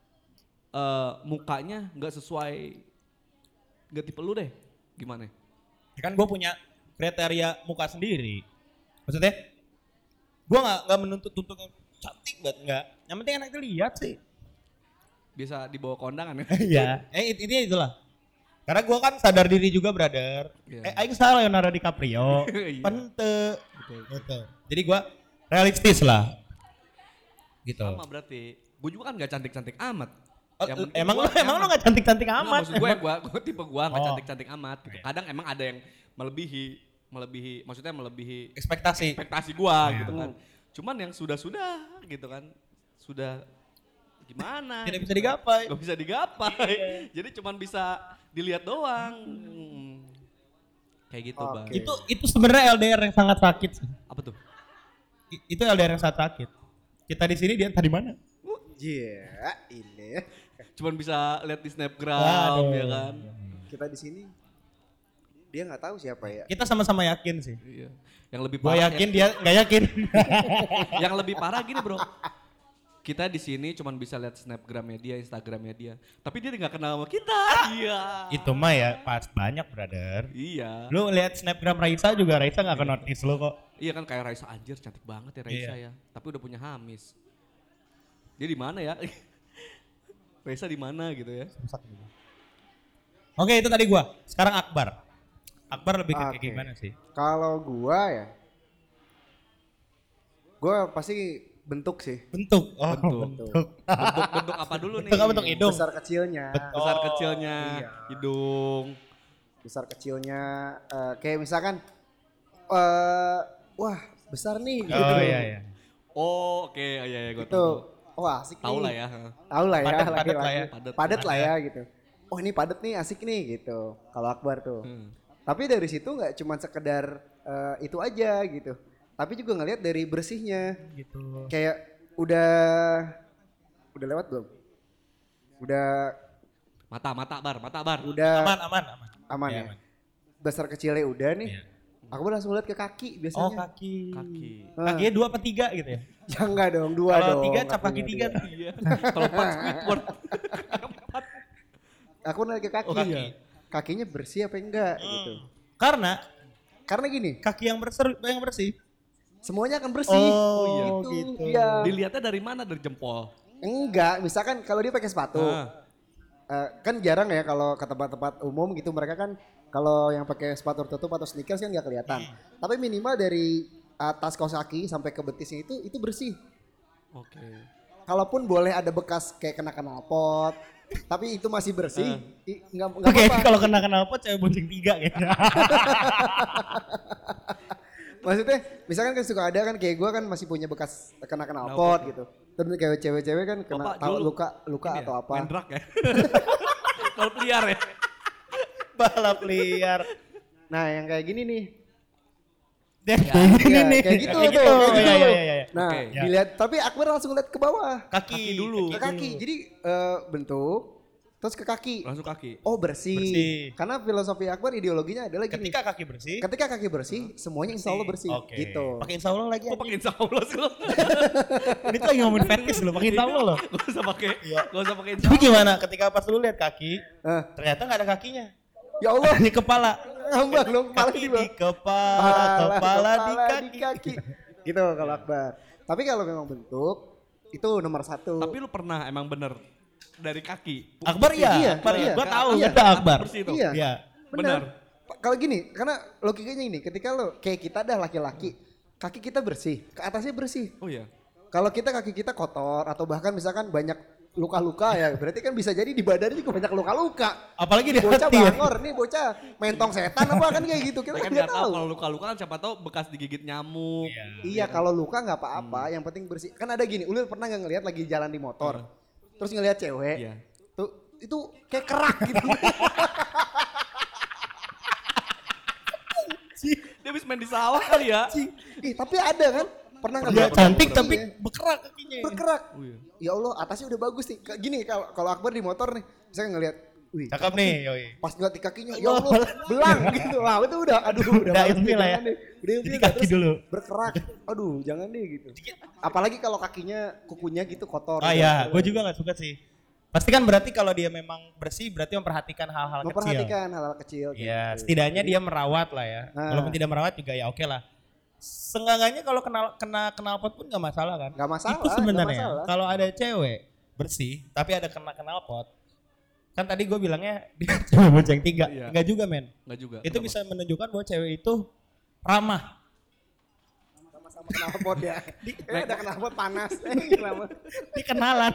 S2: mukanya nggak sesuai, nggak tipe lu deh, gimana?
S5: Ya kan gue punya kriteria muka sendiri. Maksudnya, gue nggak menuntut yang cantik banget nggak. Yang penting enak dilihat sih.
S2: Bisa dibawa ke undangan ya?
S5: Iya. Intinya itulah. Karena gue kan sadar diri juga brother.
S2: Iya.
S5: Aing salah Leonardo DiCaprio.
S2: Iya.
S5: Pente.
S2: Betul.
S5: Gitu. Jadi gue realistis lah. Gitu.
S2: Sama berarti. Gue juga kan nggak cantik-cantik amat.
S5: Oh,
S2: Yang penting
S5: emang
S2: gua
S5: lu gak cantik-cantik
S2: Nggak,
S5: amat.
S2: maksud gue tipe gue nggak
S5: Oh.
S2: cantik-cantik amat. Gitu. Kadang emang ada yang melebihi, maksudnya melebihi
S5: Ekspektasi.
S2: ekspektasi gue gitu kan. Cuman yang sudah gitu kan, sudah gimana?
S5: Tidak bisa digapai.
S2: Gak bisa digapai. Jadi cuman bisa dilihat doang. Kayak gitu bang.
S6: Oke.
S5: Itu sebenarnya LDR yang sangat sakit sih.
S2: Apa tuh?
S5: Itu LDR yang sangat sakit. Kita di sini dia entah di mana.
S6: Iya, ini.
S2: Cuman bisa lihat di Snapgram
S5: Aduh.
S2: ya kan.
S6: Kita di sini dia nggak tahu siapa ya.
S5: Kita sama-sama yakin sih.
S2: Iya. Yang lebih
S5: Gue
S2: parah
S5: yakin dia nggak yakin.
S2: yang lebih parah gini bro. Kita di sini cuman bisa lihat Snapgramnya dia, Instagramnya dia. Tapi dia nggak kenal sama kita. Iya.
S5: Itu mah ya pas banyak brother.
S2: Iya.
S5: Lu lihat snapgram Raisa juga Raisa nggak akan notice lu kok.
S2: Iya kan kayak Raisa anjir cantik banget ya Raisa
S5: Iya.
S2: ya. Tapi udah punya Hamis. Dia di mana ya? Raisa di mana gitu ya?
S5: Oke itu tadi gua. Sekarang Akbar. Akbar lebih kayak
S6: Oke.
S5: gimana sih?
S6: Kalau gua ya, gua pasti bentuk sih.
S5: Bentuk. Oh,
S2: Bentuk.
S5: bentuk.
S2: Bentuk apa dulu nih?
S5: Bentuk apa? Bentuk hidung.
S6: Besar kecilnya.
S2: Besar kecilnya,
S6: iya.
S2: hidung.
S6: Besar kecilnya kayak misalkan wah besar nih gitu.
S5: Oh iya iya.
S2: Oh oke, iya gue
S6: Gitu.
S2: tahu.
S6: Wah asik
S2: Tahu
S6: nih.
S2: lah ya.
S6: Tahu lah ya.
S5: Padet lah
S6: laki-laki.
S5: ya.
S6: Padet lah ya gitu. Oh ini padet nih asik nih gitu. Kalau Akbar tuh.
S2: Hmm.
S6: Tapi dari situ nggak cuma sekedar itu aja gitu. Tapi juga ngelihat dari bersihnya.
S5: Gitu.
S6: Kayak udah lewat belum? Udah
S2: Mata bar.
S6: udah
S5: Aman.
S6: aman
S5: Iya,
S6: ya.
S5: aman.
S6: Besar kecilnya udah nih.
S5: Iya.
S6: Aku langsung lihat ke kaki
S5: Oh
S6: biasanya.
S5: kaki.
S2: Kaki.
S5: Kakinya 2 apa 3 gitu ya?
S6: Ya enggak dong, dua
S5: Kalau
S6: dong.
S5: 3 cap kaki
S6: kakinya
S5: 3
S6: dua.
S5: tuh.
S2: Iya. Kalau 4 Squidward.
S6: Aku lihat ke kaki.
S5: Oh, kaki.
S6: Kakinya bersih apa enggak gitu.
S5: Karena
S6: gini,
S5: kaki yang bersih.
S6: semuanya akan bersih.
S5: Oh,
S6: gitu.
S5: gitu.
S6: Iya.
S2: Dilihatnya dari mana? Dari jempol.
S6: Enggak, misalkan kalau dia pakai sepatu.
S2: Ah.
S6: Kan jarang ya kalau ke tempat-tempat umum gitu mereka kan kalau yang pakai sepatu tertutup atau sneakers kan nggak kelihatan. Tapi minimal dari atas kaos kaki sampai ke betisnya itu bersih.
S2: Oke.
S6: Kalaupun boleh ada bekas kayak kena knalpot, tapi itu masih bersih, nggak
S5: Oke,
S6: apa-apa.
S5: kalau kena knalpot cewek bonceng 3 kayaknya.
S6: Maksudnya, misalkan kan suka ada kan kayak gue kan masih punya bekas kena knalpot gitu. Terus kayak cewek-cewek kan kena
S2: Bapak dulu
S6: luka
S2: ini
S6: atau
S2: ya,
S6: apa.
S2: Main drag ya. Balap liar ya.
S5: Balap liar.
S6: Nah yang kayak gini nih.
S5: Gini
S6: Ya,
S5: nih.
S6: kayak gitu
S5: Kayak
S6: tuh.
S5: gitu.
S6: Kayak gitu.
S5: Iya.
S6: Nah
S2: Oke.
S6: dilihat, tapi Akbar langsung lihat ke bawah.
S5: Kaki
S2: dulu.
S6: Ke kaki, jadi bentuk, terus ke kaki.
S2: Langsung kaki.
S6: Oh bersih.
S5: Bersih.
S6: Karena filosofi Akbar ideologinya adalah gini.
S5: Ketika kaki bersih.
S6: Ketika kaki bersih, semuanya insya Allah bersih.
S5: Oke.
S6: Gitu.
S5: Pakai insya Allah lagi.
S2: Kok pakai insya Allah sih lo?
S5: Ini tuh lagi ngomongin fetish loh, pakai insya Allah loh.
S2: Gak usah pakai. Gak usah pakai insya
S5: Tapi
S2: Allah.
S5: gimana ketika pas lu lihat kaki,
S6: Nah,
S5: ternyata nggak ada kakinya.
S6: ya Allah,
S5: Di kepala.
S6: ngambang dong kepala
S5: Kaki
S6: di
S5: di
S6: bawah.
S5: kepala, kepala di kaki.
S6: Gitu kalau Akbar. Tapi kalau memang bentuk, itu nomor 1.
S2: Tapi lu pernah emang bener dari kaki.
S5: Akbar
S6: Iya,
S5: ya, Akbar
S6: iya.
S5: ya. Gua tahu,
S6: Iya.
S5: gua Akbar.
S2: Bersih tuh.
S6: Iya.
S5: Iya.
S2: Benar.
S6: Kalau gini, karena logikanya ini, ketika lo kayak kita dah laki-laki, kaki kita bersih, ke atasnya bersih.
S2: Oh iya.
S6: Kalau kaki kita kotor atau bahkan misalkan banyak luka-luka ya, berarti kan bisa jadi di badannya juga banyak luka-luka.
S5: Apalagi di
S6: Bocah
S5: hati ya.
S6: bangor, nih bocah mentong setan apa kan kayak gitu, kita
S2: Kita kan
S6: nggak
S2: nggak tahu
S6: tahu.
S2: kalau luka-luka kan siapa tahu bekas digigit nyamuk.
S6: Iya, kalau luka nggak apa-apa, yang penting bersih. Kan ada gini, Ulil pernah nggak ngelihat lagi jalan di motor, terus ngelihat cewek,
S2: Iya.
S6: tuh itu kayak kerak gitu.
S2: Dia habis main di sawah kali ya.
S6: Ih, tapi ada kan? Pernah nggak?
S5: Dia
S6: Pernah.
S5: cantik
S6: Iya.
S5: tapi berkerak kakinya.
S6: Berkerak.
S2: Oh iya.
S6: Ya Allah, atasnya udah bagus nih. Kayak gini kalau Akbar di motor nih, misalnya ngelihat, wih,
S5: Cakep nih, yoi.
S6: pas ngeliat di kakinya, ya Allah, belang gitu. Wah, itu udah, aduh, udah
S5: Udah
S6: males
S5: ilfil
S6: nih,
S5: lah ya.
S6: jangan deh. Udah ilfil,
S5: Jadi kaki
S6: terus
S5: dulu.
S6: berkerak. Aduh, jangan deh gitu. Apalagi kalau kakinya, kukunya gitu kotor.
S5: Oh iya, gue juga gak suka sih. Pasti kan berarti kalau dia memang bersih berarti memperhatikan hal-hal kecil.
S6: Memperhatikan hal-hal kecil.
S5: Iya,
S6: gitu.
S5: setidaknya dia merawat lah ya.
S6: Nah.
S5: Walaupun tidak merawat juga ya oke lah. Seenggaknya kalau kena knalpot pun gak masalah kan?
S6: Nggak masalah,
S5: Itu sebenarnya
S6: nggak masalah.
S5: kalau ada cewek bersih tapi ada kena knalpot. Kan tadi gue bilangnya dia cuma bonceng 3.
S2: Iya.
S5: Enggak juga men.
S2: Enggak juga.
S5: Itu
S2: Kenapa?
S5: bisa menunjukkan bahwa cewek itu ramah.
S6: Sama-sama knalpot ya. Ada knalpot panas. Kenapa?
S5: Dia kenalan.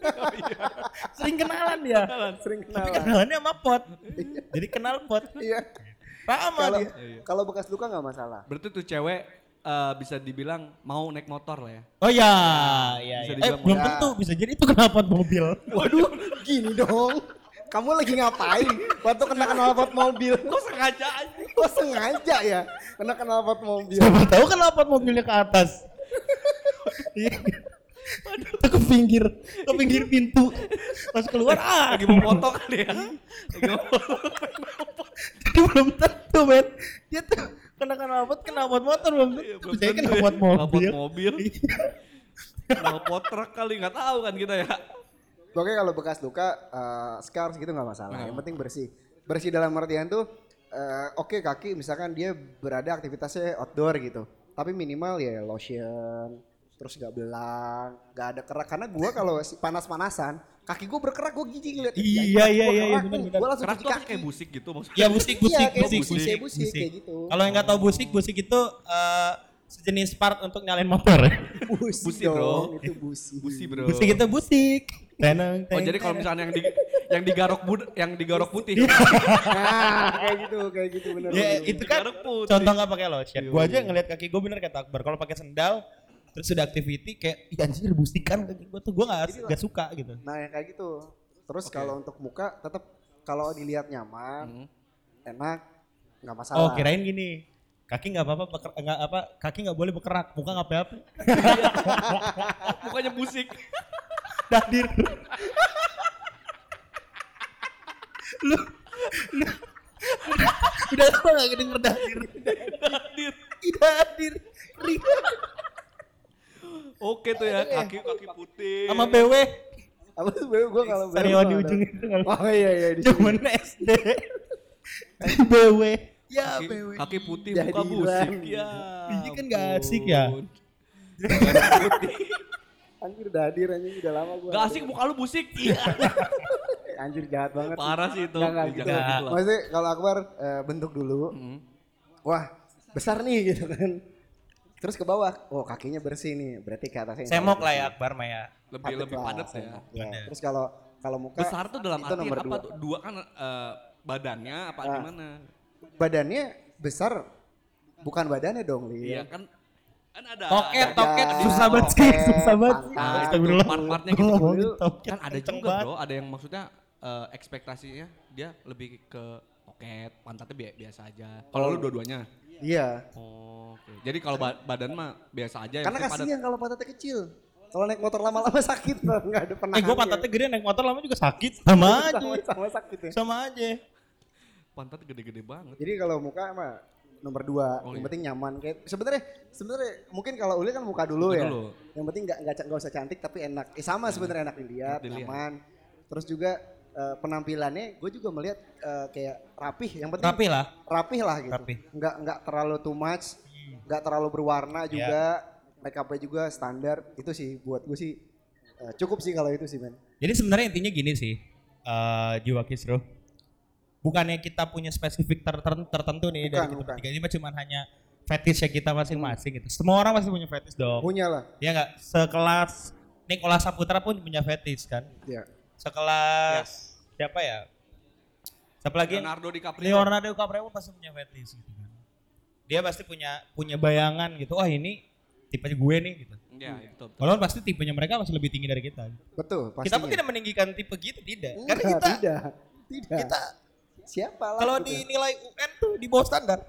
S5: Sering kenalan dia.
S6: Sering
S5: Tapi
S6: kenalan.
S5: kenalannya sama pot. Jadi kenal pot.
S6: Iya.
S5: Ramah
S6: Kalau
S5: dia.
S6: kalau bekas luka nggak masalah.
S2: Berarti tuh cewek bisa dibilang mau naik motor lah ya.
S5: Oh ya, iya.
S2: Bisa
S5: iya.
S2: dibilang
S5: Belum
S6: ya.
S5: tentu bisa jadi itu knalpot mobil.
S6: Waduh, gini dong. Kamu lagi ngapain waktu kena knalpot mobil?
S2: Kok sengaja aja?
S6: Kok sengaja ya kena knalpot mobil?
S5: Siapa tahu knalpot mobilnya ke atas. Iya. Itu ke pinggir pintu. Pas keluar
S2: Lagi mau foto kali ya. Lagi mau foto.
S5: Jadi belum tentu men. Dia tuh knalpot motor belum tentu.
S2: Iya, belum
S5: Bisa jadi
S2: tentu
S5: knalpot
S2: ya.
S5: mobil.
S2: Knalpot mobil. Knalpot truk kali nggak tahu kan kita ya.
S6: Pokoknya kalau bekas luka, scars gitu nggak masalah. Yang penting bersih. Bersih dalam artian tuh, oke kaki misalkan dia berada aktivitasnya outdoor gitu. Tapi minimal ya lotion, terus nggak belang, nggak ada kerak. Karena gua kalau panas-panasan, kaki gua berkerak, gua jijik ngeliat.
S5: Iya, benar-benar.
S6: Gua langsung
S2: Keras
S6: cuci
S2: tuh apa
S6: kaki.
S2: kayak busik gitu maksudnya.
S5: Ya busik
S6: Iya, kayak
S5: busik.
S6: busik kayak gitu.
S5: Kalau yang nggak tahu busik itu sejenis part untuk nyalain motor.
S2: Busi,
S6: dong,
S2: bro.
S6: itu busi.
S2: Busi bro.
S5: Busik itu busik. Tenang,
S2: Oh jadi kalau misalnya yang digarok putih.
S6: Nah, kayak gitu bener.
S5: Ya
S6: bener.
S5: itu kan
S2: Digaruk putih.
S5: contoh nggak pakai lotion. Gua aja ngeliat kaki gue bener kata Akbar. Kalau pakai sendal terus sudah activity kayak ih anjir busikan kaki gue tuh gue nggak suka gitu.
S6: Nah yang kayak gitu. Terus kalau untuk muka tetap kalau dilihat nyaman, enak, nggak masalah.
S5: Oh kirain gini. Kaki nggak apa-apa, kaki nggak boleh berkerak, muka nggak apa-apa.
S2: Mukanya busik.
S5: Dadir. lu udah lama gak denger dadir.
S2: Dadir.
S5: Dadir.
S2: Oke tuh ya kaki putih.
S5: Sama BW.
S6: Apa tuh gue kalau
S5: Sariawan di ujung itu.
S6: Oh iya di
S5: Cuman SD. BW. Ya
S2: Kaki,
S5: BW.
S2: kaki putih
S6: Jadi
S2: muka busik
S6: hilang.
S2: ya.
S5: Ini kan gak asik ya.
S2: Garuk putih.
S6: Anjir dadir anjing udah lama gue.
S2: Gak asik muka lu busik. Iya.
S6: Anjir jahat banget.
S2: Parah sih itu.
S6: Enggak gitu.
S2: Jangan gitu lah.
S6: Maksudnya kalau Akbar bentuk dulu. Wah besar nih gitu kan. Terus ke bawah, oh kakinya bersih nih, berarti ke atasnya.
S5: Semok lah ya Akbar mah ya.
S2: Lebih padat ya.
S6: semok, ya. Terus kalau muka
S2: Besar tuh dalam
S6: itu
S2: arti
S6: nomor
S2: apa tuh? Dua kan badannya apa gimana?
S6: Badannya besar, bukan badannya dong, Li.
S2: Iya kan ada
S5: Toket, susah banget sih,
S6: toket,
S5: susah banget.
S6: pantat.
S2: Nah, itu
S5: Astagfirullah.
S2: part-partnya
S5: Gua
S2: gitu.
S5: ngomongin toket,
S2: Kan ada
S5: kenceng
S2: juga
S5: banget.
S2: bro, ada yang maksudnya ekspektasinya dia lebih ke toket, pantatnya biasa aja. Kalau lu dua-duanya?
S6: Iya.
S2: Oh, oke. Jadi kalau badan mah biasa aja.
S6: Karena
S2: yang padat.
S6: kasihan kalau pantatnya kecil. Kalau naik motor lama-lama sakit loh, nggak ada penahannya.
S5: Gue pantatnya gede naik motor lama juga sakit. Sama aja.
S6: sama sakit ya.
S5: Sama aja.
S2: Pantat gede-gede banget.
S6: Jadi kalau muka mah nomor 2, yang penting nyaman. Kayak sebenarnya mungkin kalau Uli kan muka dulu ya. Yang penting nggak usah cantik tapi enak. Sama sebenarnya enak dilihat, nyaman. Terus juga penampilannya gue juga melihat kayak rapih. Yang penting rapih lah gitu. Nggak terlalu too much, nggak terlalu berwarna juga. Make up-nya juga standar. Itu sih buat gue sih cukup sih kalau itu sih men.
S5: Jadi sebenarnya intinya gini sih, Jiwa Kisruh. Bukannya kita punya spesifik tertentu nih dari kita bertiga, ini cuma hanya fetishnya kita masing-masing gitu. Semua orang pasti punya fetish dong.
S6: Punya lah.
S5: Ya nggak? Sekelas Nicholas Saputra pun punya fetish kan?
S6: Iya.
S5: Sekelas siapa ya? Siapa lagi?
S2: Leonardo
S5: DiCaprio pun pasti punya fetish gitu kan. Dia pasti punya bayangan gitu. Wah ini tipe gue nih gitu.
S2: Iya, betul.
S5: Walaupun pasti tipenya mereka masih lebih tinggi dari kita.
S6: Betul, pastinya.
S5: Kita pun tidak meninggikan tipe gitu, tidak. Karena
S6: Tidak.
S5: kita
S6: Siapa lah
S5: kalau
S6: gitu.
S5: dinilai UN tuh di bawah standar.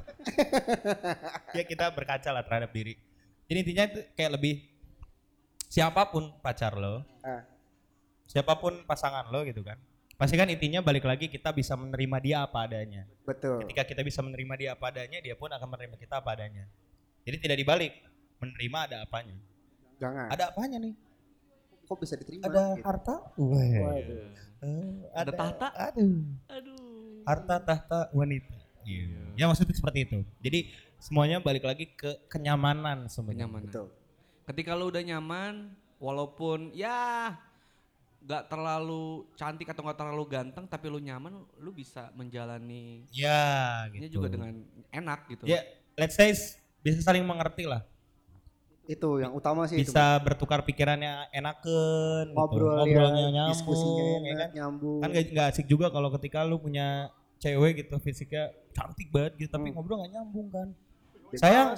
S5: Ya kita berkaca lah terhadap diri. Jadi intinya itu kayak lebih siapapun pacar lo, siapapun pasangan lo gitu kan. Pasti kan intinya balik lagi kita bisa menerima dia apa adanya.
S6: Betul.
S5: Ketika kita bisa menerima dia apa adanya, dia pun akan menerima kita apa adanya. Jadi tidak dibalik, menerima ada apanya.
S6: Jangan.
S5: Ada apanya nih?
S6: Kok bisa diterima?
S5: Ada
S6: gitu.
S5: harta?
S6: Waduh.
S2: Ada tahta?
S5: Aduh. Harta tahta wanita. Iya. Ya maksudnya seperti itu. Jadi semuanya balik lagi ke kenyamanan sebenarnya.
S6: Betul.
S2: Ketika lu udah nyaman, walaupun ya gak terlalu cantik atau gak terlalu ganteng, tapi lu nyaman, lu bisa menjalani
S5: ya gitu.
S2: Ini juga dengan enak gitu.
S5: Ya, let's say bisa saling mengerti lah.
S6: Itu yang utama sih.
S5: Bisa itu bertukar pikirannya enakan, ngobrolnya nyambung,
S6: diskusinya enak,
S5: ya kan?
S6: nyambung.
S5: Kan gak asik juga kalau ketika lu punya cewek gitu fisiknya cantik banget gitu, tapi ngobrol gak nyambung kan. Sayang,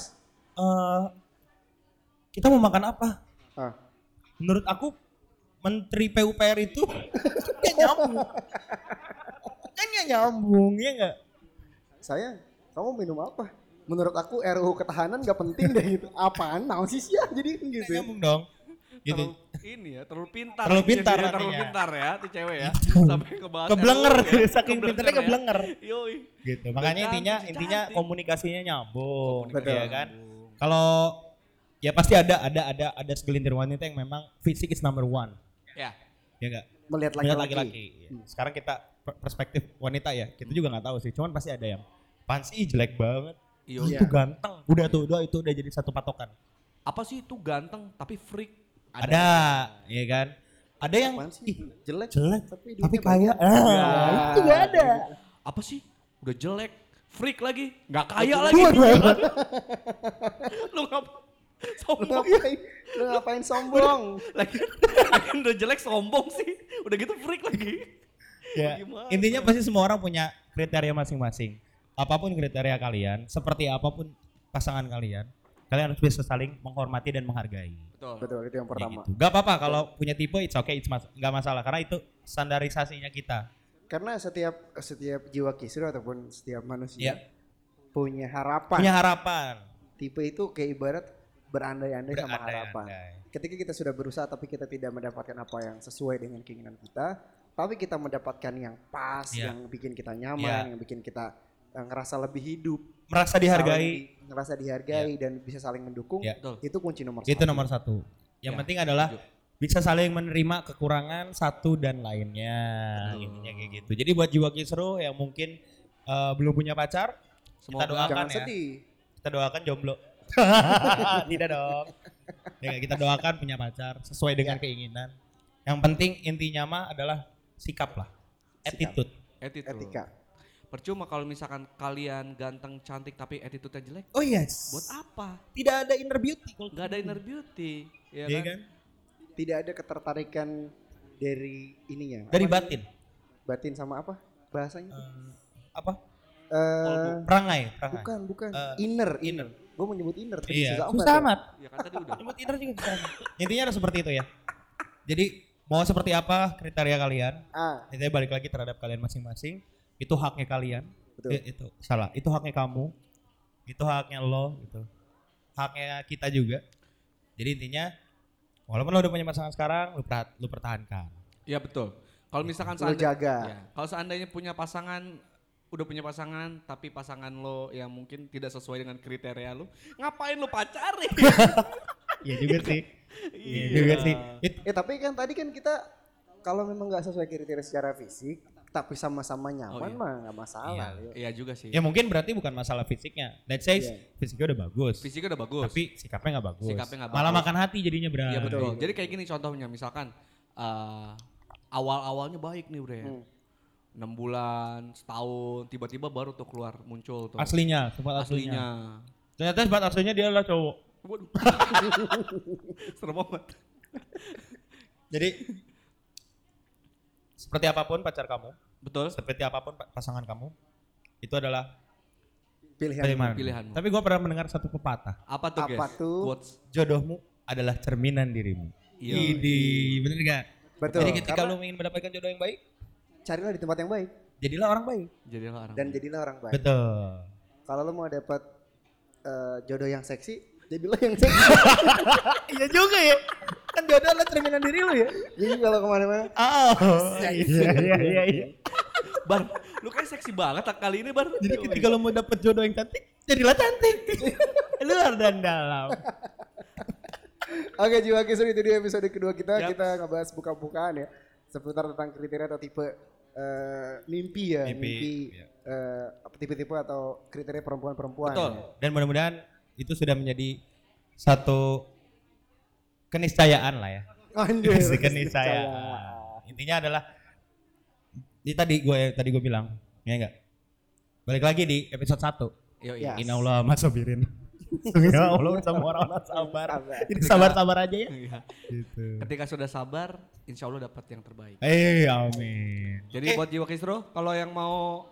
S5: kita mau makan apa? Menurut aku Menteri PUPR itu gak nyambung. Kan gak nyambung, ya gak?
S6: Sayang, kamu minum apa? Menurut aku RUU ketahanan gak penting deh gitu. Apaan? Naon sih sih jadi gitu.
S5: Gak nyambung dong. Gitu.
S2: Terlalu pintar.
S5: Terlalu pintar
S2: terlalu pintar ya tuh cewek ya. Sampai ngebahas
S5: keblenger,
S2: ya.
S5: saking pintarnya keblenger.
S2: Yoi.
S5: Gitu. Makanya intinya komunikasinya nyambung,
S6: Betul.
S5: ya kan? Kalau ya pasti ada segelintir wanita yang memang fisik is number one.
S2: Ya.
S5: Ya enggak?
S6: Melihat
S5: laki-laki. Sekarang kita perspektif wanita ya, kita juga nggak tahu sih. Cuman pasti ada yang pansi jelek banget. Itu ganteng. Udah itu udah jadi satu patokan.
S2: Apa sih itu ganteng tapi freak?
S5: Ada, ya kan? Ada yang
S6: jelek
S5: tapi kaya. Itu juga ada.
S2: Apa sih? Udah jelek, freak lagi, nggak kaya lagi.
S6: Lu ngapain sombong?
S2: Lagi udah jelek sombong sih. Udah gitu freak lagi.
S5: Ya, intinya pasti semua orang punya kriteria masing-masing. Apapun kriteria kalian, seperti apapun pasangan kalian harus bisa saling menghormati dan menghargai.
S6: Betul, itu yang pertama.
S5: Gitu. Gak apa-apa kalau punya tipe it's okay, gak masalah karena itu standarisasinya kita.
S6: Karena setiap jiwa kisruh ataupun setiap manusia punya harapan.
S5: Punya harapan.
S6: Tipe itu kayak ibarat berandai-andai sama harapan. Ketika kita sudah berusaha tapi kita tidak mendapatkan apa yang sesuai dengan keinginan kita, tapi kita mendapatkan yang pas, yang bikin kita nyaman, yang bikin kita ngerasa lebih hidup, ngerasa dihargai dan bisa saling mendukung. Itu kunci nomor satu.
S5: Itu nomor satu. Yang penting adalah bisa saling menerima kekurangan satu dan lainnya. Intinya kayak gitu. Jadi buat jiwa kisruh yang mungkin belum punya pacar, kita doakan
S6: jangan sedih.
S5: Kita doakan jomblo. Tidak dong. Ya, kita doakan punya pacar sesuai dengan keinginan. Yang penting intinya mah adalah sikap lah. Attitude.
S6: Etika.
S2: Percuma kalau misalkan kalian ganteng, cantik tapi attitude-nya jelek.
S5: Oh yes.
S2: Buat apa?
S5: Tidak ada inner beauty.
S2: Gak ada inner beauty. Ya
S5: Iya
S2: kan?
S5: kan?
S6: Tidak ada ketertarikan dari ininya.
S5: Dari
S6: Apa
S5: batin.
S6: batin sama apa bahasanya?
S5: Apa?
S6: Perangai.
S5: Perangai.
S6: Bukan.
S5: Inner.
S6: Gue menyebut inner.
S5: Iya. Susah amat.
S2: Ya kan tadi udah.
S5: Nyebut inner juga susah. Intinya ada seperti itu ya. Jadi mau seperti apa kriteria kalian? Intinya balik lagi terhadap kalian masing-masing. Itu haknya kalian.
S6: Betul.
S5: Itu salah. Itu haknya kamu. Itu haknya lo gitu. Haknya kita juga. Jadi intinya walaupun lo udah punya pasangan sekarang, lu pertahankan.
S2: Iya betul. Kalau misalkan
S6: Lo jaga.
S2: Ya, kalau seandainya punya pasangan, udah punya pasangan tapi pasangan lo yang mungkin tidak sesuai dengan kriteria lo, ngapain lo pacarin?
S5: Iya juga sih. Iya juga sih.
S6: Tapi kan tadi kan kita kalau memang nggak sesuai kriteria secara fisik, tapi sama-sama nyaman mah nggak masalah.
S2: Iya juga sih.
S5: Ya mungkin berarti bukan masalah fisiknya. Let's say fisiknya udah bagus.
S2: Fisiknya udah bagus.
S5: Tapi sikapnya nggak bagus.
S2: Malah
S5: Malah makan hati jadinya berat.
S2: Iya betul. Jadi kayak gini contohnya, misalkan awal-awalnya baik nih bre. 6 bulan, setahun, tiba-tiba baru tuh keluar muncul tuh.
S5: Aslinya, sifat aslinya. Ternyata sifat aslinya dia adalah cowok.
S2: Waduh. Serem banget.
S5: Jadi seperti apapun pacar kamu,
S2: Betul.
S5: seperti apapun pasangan kamu, itu adalah
S2: Pilihanmu.
S5: Tapi gue pernah mendengar satu pepatah.
S2: Apa tuh guys?
S6: Apa tuh?
S2: Quotes.
S5: Jodohmu adalah cerminan dirimu.
S2: Iya.
S5: Bener gak?
S6: Betul.
S5: Jadi ketika lu ingin mendapatkan jodoh yang baik,
S6: carilah di tempat yang baik
S5: jadilah orang baik.
S2: Jadilah orang.
S6: dan jadilah orang baik.
S5: Betul.
S6: Kalau lo mau dapat jodoh yang seksi, jadilah yang seksi.
S5: Iya juga ya. Kan jodoh adalah cerminan diri lu ya.
S6: Jadi kalau kemana-mana,
S5: Iya.
S2: Bar, lu kayak seksi banget kali ini Bar.
S5: Jadi ketika lu mau dapet jodoh yang cantik, jadilah cantik. Luar dan dalam.
S6: Oke Jiwa Kisru, itu dia episode kedua kita. Kita ngebahas buka-bukaan ya, seputar tentang kriteria atau tipe mimpi ya. Tipe-tipe atau kriteria perempuan-perempuan.
S2: Betul.
S5: Dan mudah-mudahan itu sudah menjadi satu keniscayaan lah ya. Keniscayaan. Intinya adalah ini tadi gue bilang, ya enggak? Balik lagi di episode 1.
S2: Iya.
S6: Yes.
S5: Inna Allah masabirin. Ya Allah sama orang-orang sabar. Jadi sabar-sabar aja ya.
S2: Iya.
S5: Gitu.
S2: Ketika sudah sabar, insya Allah dapat yang terbaik.
S5: Amin.
S2: Jadi buat Jiwa Kisru, kalau yang mau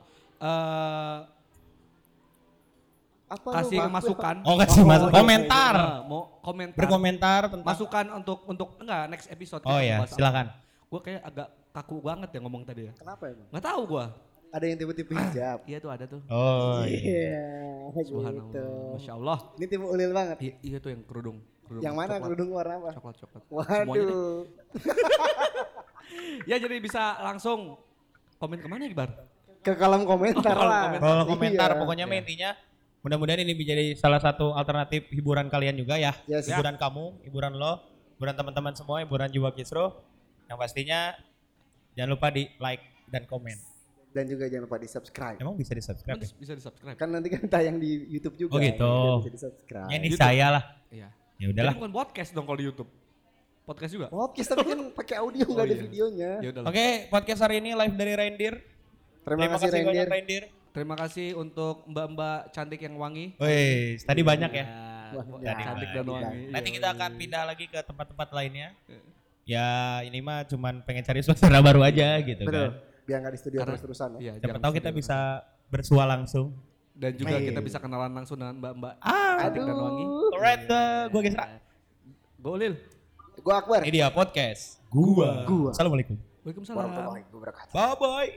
S2: kasih masukan,
S5: komentar.
S2: Mau komentar,
S5: Berkomentar tentang
S2: masukan untuk enggak next episode.
S5: Oh ya, silakan.
S2: Gue kayak agak kaku banget ya ngomong tadi ya.
S6: Kenapa emang?
S2: Nggak tahu gue.
S6: Ada yang tipe-tipe hijab.
S2: Iya tuh ada tuh.
S5: Oh
S6: Iya,
S2: Subhanallah,
S6: gitu.
S2: Masya Allah.
S6: Ini tipe ulil banget.
S2: Iya tuh yang kerudung.
S6: Yang mana
S2: coklat.
S6: kerudung warna apa?
S2: Coklat. Semuanya deh.
S6: Waduh.
S2: Ya jadi bisa langsung komen kemana ya Bar?
S6: Ke kolom komentar lah.
S5: Kalau komentar
S6: Iya.
S5: pokoknya intinya mudah-mudahan ini menjadi salah satu alternatif hiburan kalian juga ya.
S6: Yes.
S5: Hiburan kamu, hiburan lo, hiburan teman-teman semua, hiburan Jiwa Kisru. Yang pastinya jangan lupa di like dan komen.
S6: Dan juga jangan lupa di subscribe.
S5: Emang bisa di subscribe ya?
S2: Bisa di subscribe.
S6: Kan nanti kan tayang di YouTube juga.
S5: Oh gitu.
S6: Ya, bisa di subscribe.
S5: Ya ini
S2: YouTube.
S5: saya lah.
S2: Iya.
S5: Ya udahlah.
S2: Jadi bukan podcast dong kalau di YouTube. Podcast juga.
S6: Podcast tapi kan pakai audio nggak ada
S2: iya.
S6: videonya.
S2: Ya udah.
S5: Oke, podcast hari ini live dari Reindeer.
S6: Terima kasih
S5: banyak
S6: Reindeer.
S5: Reindeer.
S2: Terima kasih untuk mbak-mbak cantik yang wangi.
S5: Wih, tadi banyak ya.
S2: Tadi cantik dan wangi.
S5: Nanti
S2: Iya,
S5: kita
S2: iya.
S5: akan pindah lagi ke tempat-tempat lainnya. Ya ini mah cuman pengen cari suasana baru aja gitu
S6: Betul.
S5: kan.
S6: Biar nggak di studio
S2: Karena-
S6: terus-terusan ya.
S2: Iya,
S5: Siapa
S2: jarang
S5: tahu kita
S2: studio.
S5: bisa bersua langsung.
S2: Dan juga
S6: Hey.
S2: kita bisa kenalan langsung dengan mbak-mbak
S5: Ah,
S2: cantik dan wangi.
S5: alright, gue Gesra.
S2: Golil.
S6: Gua Akbar.
S5: Ini dia podcast. Gua. Assalamualaikum.
S2: Waalaikumsalam.
S6: Warahmatullahi wabarakatuh.
S5: Bye bye.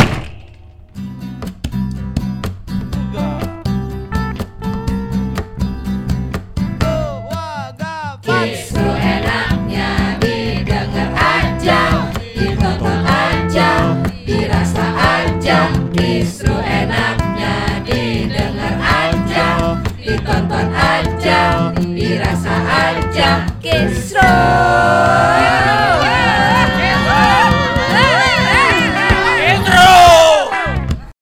S3: Kisru enaknya didengar aja, ditonton aja, dirasa aja. Kisru enaknya didengar aja, ditonton aja, dirasa aja. Kisru.